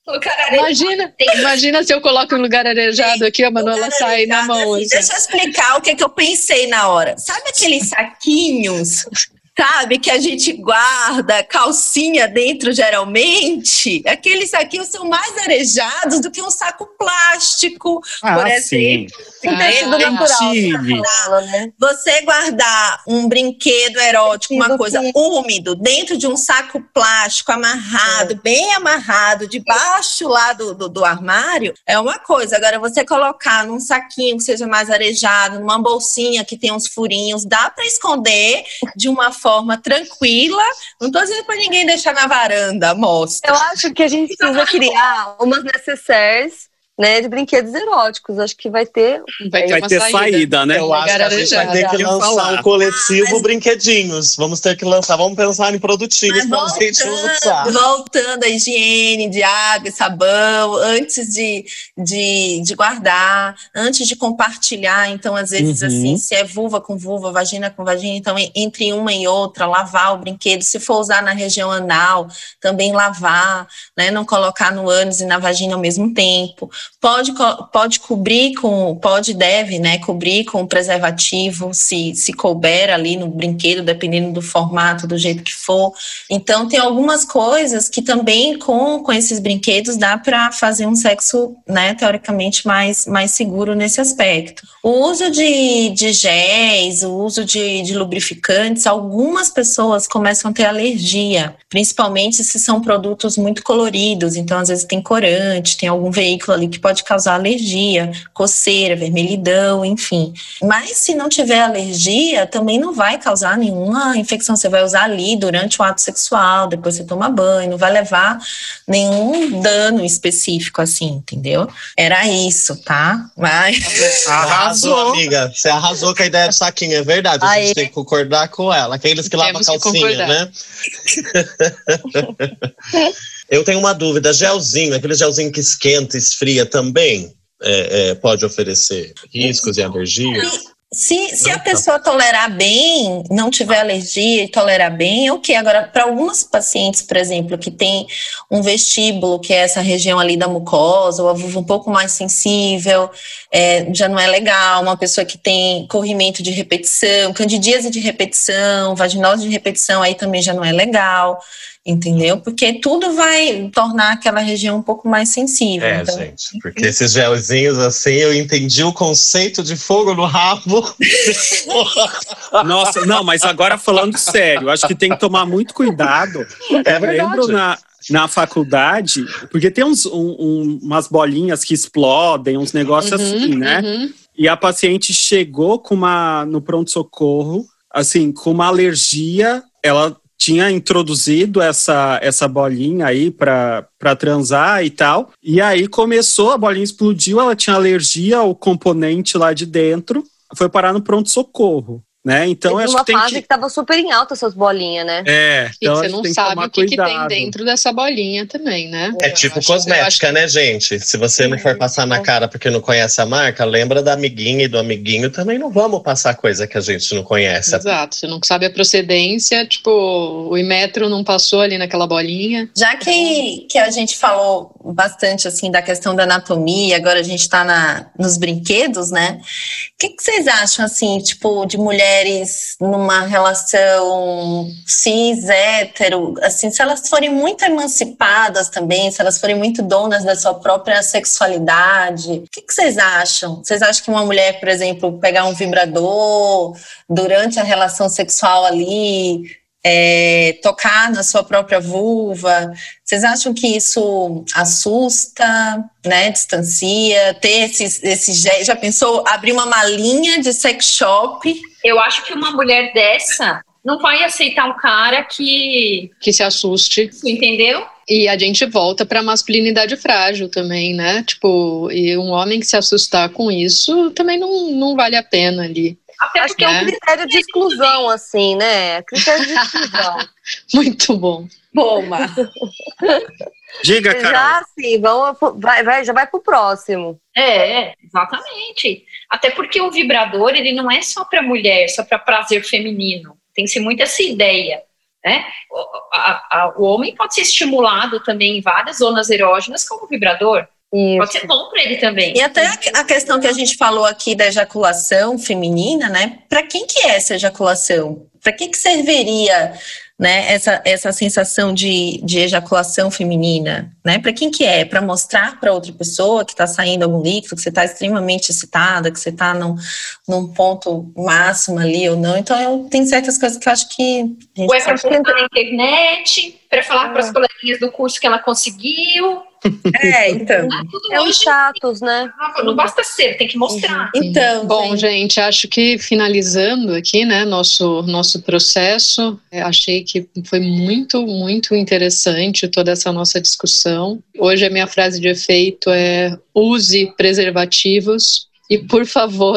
Imagina, imagina se eu coloco um lugar arejado aqui, a Manuela sai na mão. Assim, deixa eu explicar o que, que eu pensei na hora. Sabe aqueles saquinhos, sabe, que a gente guarda calcinha dentro geralmente? Aqueles saquinhos são mais arejados do que um saco plástico, ah, por exemplo. Sim. Ah, do natural, né? Você guardar um brinquedo erótico, uma coisa úmido, dentro de um saco plástico amarrado, é. bem amarrado, debaixo lá do, do, do armário, é uma coisa. Agora, você colocar num saquinho que seja mais arejado, numa bolsinha que tem uns furinhos, dá para esconder de uma forma tranquila. Não tô dizendo para ninguém deixar na varanda, mostra. Eu acho que a gente precisa criar umas necessaires, né, de brinquedos eróticos. Acho que vai ter... Vai ter, vai ter saída. saída, né? Eu acho que a gente vai ter que lançar um coletivo Mas... brinquedinhos. Vamos ter que lançar, vamos pensar em produtinhos para a gente lançar. Voltando à higiene de água e sabão, antes de, de, de guardar, antes de compartilhar. Então, às vezes, uhum. assim, se é vulva com vulva, vagina com vagina, então, entre uma e outra, lavar o brinquedo. Se for usar na região anal, também lavar, né? Não colocar no ânus e na vagina ao mesmo tempo. Pode, pode cobrir com, pode deve, né, cobrir com preservativo, se, se couber ali no brinquedo, dependendo do formato, do jeito que for. Então, tem algumas coisas que também com, com esses brinquedos dá para fazer um sexo, né, teoricamente mais, mais seguro nesse aspecto. O uso de, de géis, o uso de, de lubrificantes, algumas pessoas começam a ter alergia, principalmente se são produtos muito coloridos, então às vezes tem corante, tem algum veículo ali que pode causar alergia, coceira, vermelhidão, enfim. Mas se não tiver alergia, também não vai causar nenhuma infecção. Você vai usar ali durante o ato sexual, depois você toma banho, não vai levar nenhum dano específico assim, entendeu? Era isso, tá? Mas... Arrasou, amiga. Você arrasou com a ideia do saquinho, é verdade. A Aê. gente tem que concordar com ela. Aqueles que lavam a calcinha, né? Eu tenho uma dúvida, gelzinho, aquele gelzinho que esquenta, esfria também é, é, pode oferecer riscos e alergias? Se, se a pessoa tolerar bem, não tiver alergia e tolerar bem, é o que? Agora, para algumas pacientes, por exemplo, que tem um vestíbulo, que é essa região ali da mucosa, ou a vulva um pouco mais sensível, é, já não é legal. Uma pessoa que tem corrimento de repetição, candidíase de repetição, vaginose de repetição, aí também já não é legal. Entendeu? Porque tudo vai tornar aquela região um pouco mais sensível. É, então... gente, porque esses gelzinhos assim, eu entendi o conceito de fogo no rabo. Nossa, não, mas agora falando sério, acho que tem que tomar muito cuidado. É eu verdade. lembro na, na faculdade, porque tem uns, um, um, umas bolinhas que explodem, uns negócios uhum, assim, né? Uhum. E a paciente chegou com uma, no pronto-socorro, assim, com uma alergia, ela... tinha introduzido essa, essa bolinha aí pra, pra transar e tal. E aí começou, a bolinha explodiu, ela tinha alergia ao componente lá de dentro. foi parar no pronto-socorro. Né? Então, teve acho uma que tem fase que... que tava super em alta essas bolinhas, né? É, então e você não sabe o que, que tem dentro dessa bolinha também, né? É tipo cosmética, né, gente? Se você não for passar na cara porque não conhece a marca, lembra da amiguinha e do amiguinho, também não vamos passar coisa que a gente não conhece. Exato, você não sabe a procedência, tipo, o Imetro não passou ali naquela bolinha. Já que, que a gente falou bastante, assim, da questão da anatomia, agora a gente tá na, nos brinquedos, né? O que, que vocês acham, assim, tipo, de mulheres numa relação cis, hétero, assim, se elas forem muito emancipadas também, se elas forem muito donas da sua própria sexualidade, o que, que vocês acham? Vocês acham que uma mulher, por exemplo, pegar um vibrador durante a relação sexual ali, é, tocar na sua própria vulva, vocês acham que isso assusta, né, distancia, ter esses, esses já pensou abrir uma malinha de sex shop? Eu acho que uma mulher dessa não vai aceitar um cara que... Que se assuste. Entendeu? E a gente volta para a masculinidade frágil também, né? Tipo, e um homem que se assustar com isso também não, não vale a pena ali. Até acho que é um critério de exclusão, assim, né? Critério de exclusão. Muito bom. Boma. Diga, Carol. Já sim, vamos, vai, vai, já vai pro próximo. É, exatamente. Até porque o vibrador, ele não é só para mulher, só para prazer feminino. Tem-se muito essa ideia, né? O, a, a, o homem pode ser estimulado também em várias zonas erógenas como vibrador. Isso. Pode ser bom para ele também. E até a questão que a gente falou aqui da ejaculação feminina, né? Para quem que é essa ejaculação? Para que que serviria, né, essa, essa sensação de, de ejaculação feminina, né? Para quem que é? Para mostrar para outra pessoa que está saindo algum líquido, que você está extremamente excitada, que você está num, num ponto máximo ali ou não. Então, eu, tem certas coisas que eu acho que... Ou é para postar na internet, para falar ah. para as coleguinhas do curso que ela conseguiu. É, então. É um status, né? Não basta ser, tem que mostrar. Então, bom, sim. gente, acho que finalizando aqui, né, nosso, nosso processo, achei que foi muito, muito interessante toda essa nossa discussão. Hoje a minha frase de efeito é: use preservativos e, por favor,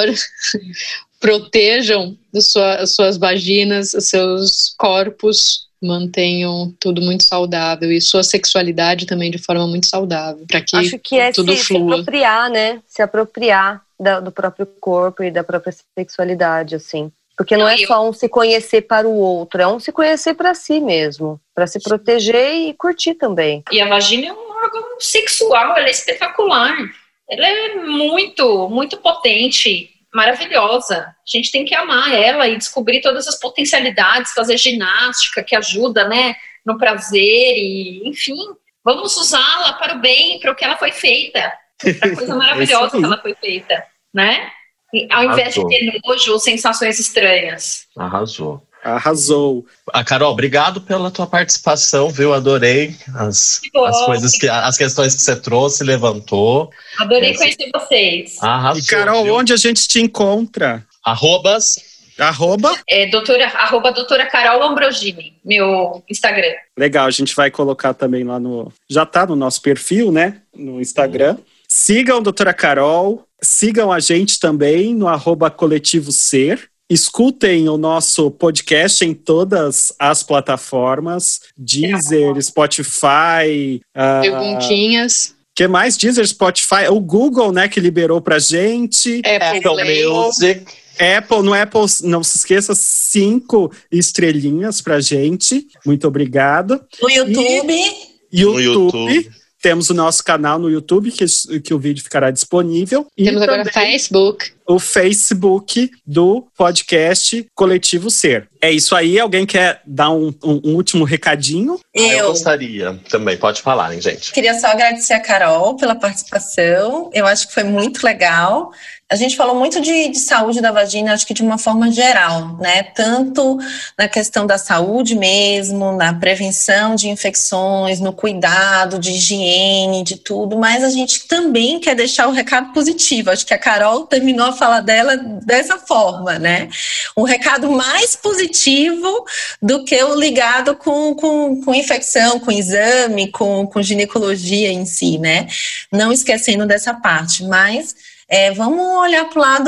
protejam sua, as suas vaginas, os seus corpos, mantenham tudo muito saudável e sua sexualidade também de forma muito saudável, para que Acho que é tudo se, flua. se apropriar, né? Se apropriar da, do próprio corpo e da própria sexualidade, assim. Porque não, não é eu... só um se conhecer para o outro, é um se conhecer para si mesmo, para se proteger e curtir também. E a vagina é um órgão sexual, ela é espetacular. Ela é muito, muito potente, maravilhosa. A gente tem que amar ela e descobrir todas as potencialidades, fazer ginástica que ajuda, né, no prazer e, enfim, vamos usá-la para o bem, para o que ela foi feita, para a coisa maravilhosa que ela foi feita, né? E, ao invés Arrasou. de ter nojo ou sensações estranhas. Arrasou. Arrasou. A Carol, obrigado pela tua participação, viu? Adorei as, as coisas que, as questões que você trouxe, levantou. Adorei Esse... conhecer vocês. Arrasou, e Carol, viu? Onde a gente te encontra? Arrobas. Arroba? É, doutora, arroba doutora Carol Ambrogini, meu Instagram. Legal, a gente vai colocar também lá no... Já tá no nosso perfil, né? No Instagram. Uhum. Sigam a doutora Carol, sigam a gente também no arroba Coletivo Ser. Escutem o nosso podcast em todas as plataformas, Deezer, Spotify... Uh, Perguntinhas. Que mais? Deezer, Spotify, o Google, né, que liberou pra gente. Apple, Apple Music. Apple, no Apple, não se esqueça, cinco estrelinhas pra gente. Muito obrigado. No YouTube. E, YouTube. No YouTube. Temos o nosso canal no YouTube, que, que o vídeo ficará disponível. Temos e agora o Facebook. O Facebook do podcast Coletivo Ser. É isso aí. Alguém quer dar um, um, um último recadinho? Eu. Ah, eu gostaria também. Pode falar, hein, gente? Queria só agradecer a Carol pela participação. Eu acho que foi muito legal. A gente falou muito de, de saúde da vagina, acho que de uma forma geral, né? Tanto na questão da saúde mesmo, na prevenção de infecções, no cuidado de higiene, de tudo, mas a gente também quer deixar o recado positivo. Acho que a Carol terminou a fala dela dessa forma, né? Um recado mais positivo do que o ligado com, com, com infecção, com exame, com, com ginecologia em si, né? Não esquecendo dessa parte, mas... É, vamos olhar para o lado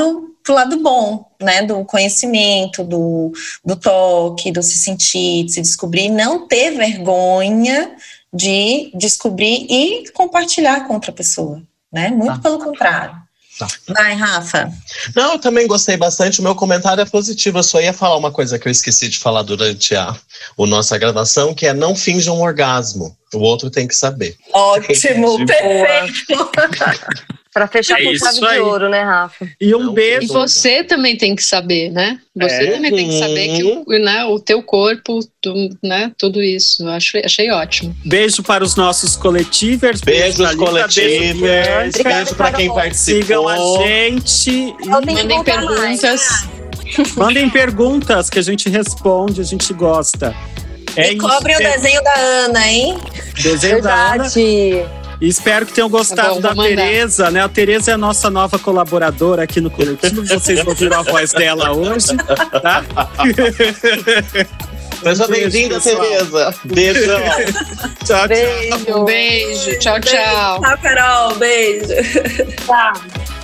pro lado bom, né, do conhecimento, do, do toque, do se sentir, de se descobrir, não ter vergonha de descobrir e compartilhar com outra pessoa, né, muito tá. pelo contrário. Tá. Vai, Rafa. Não, eu também gostei bastante, o meu comentário é positivo, eu só ia falar uma coisa que eu esqueci de falar durante a, a nossa gravação, que é não finja um orgasmo, o outro tem que saber. Ótimo, perfeito. Pra fechar é com chave de ouro, né, Rafa? E um Não, beijo. E você também tem que saber, né? Você é. também tem que saber que o, né, o teu corpo, tu, né, tudo isso. Eu acho, achei ótimo. Beijo para os nossos coletivers. Beijos coletivers. Beijo, beijo para quem participou. Sigam a gente. Mandem perguntas. Mandem perguntas que a gente responde, a gente gosta. É e cobrem o desenho da Ana, hein? Desenho Verdade. da Ana. E espero que tenham gostado tá bom, da Tereza, né? A Tereza é a nossa nova colaboradora aqui no coletivo. Vocês ouviram a voz dela hoje, tá? Seja bem-vinda, Tereza. Beijão. Tchau, tchau. Um beijo. Tchau, tchau. Tchau, Carol. Beijo. Tchau.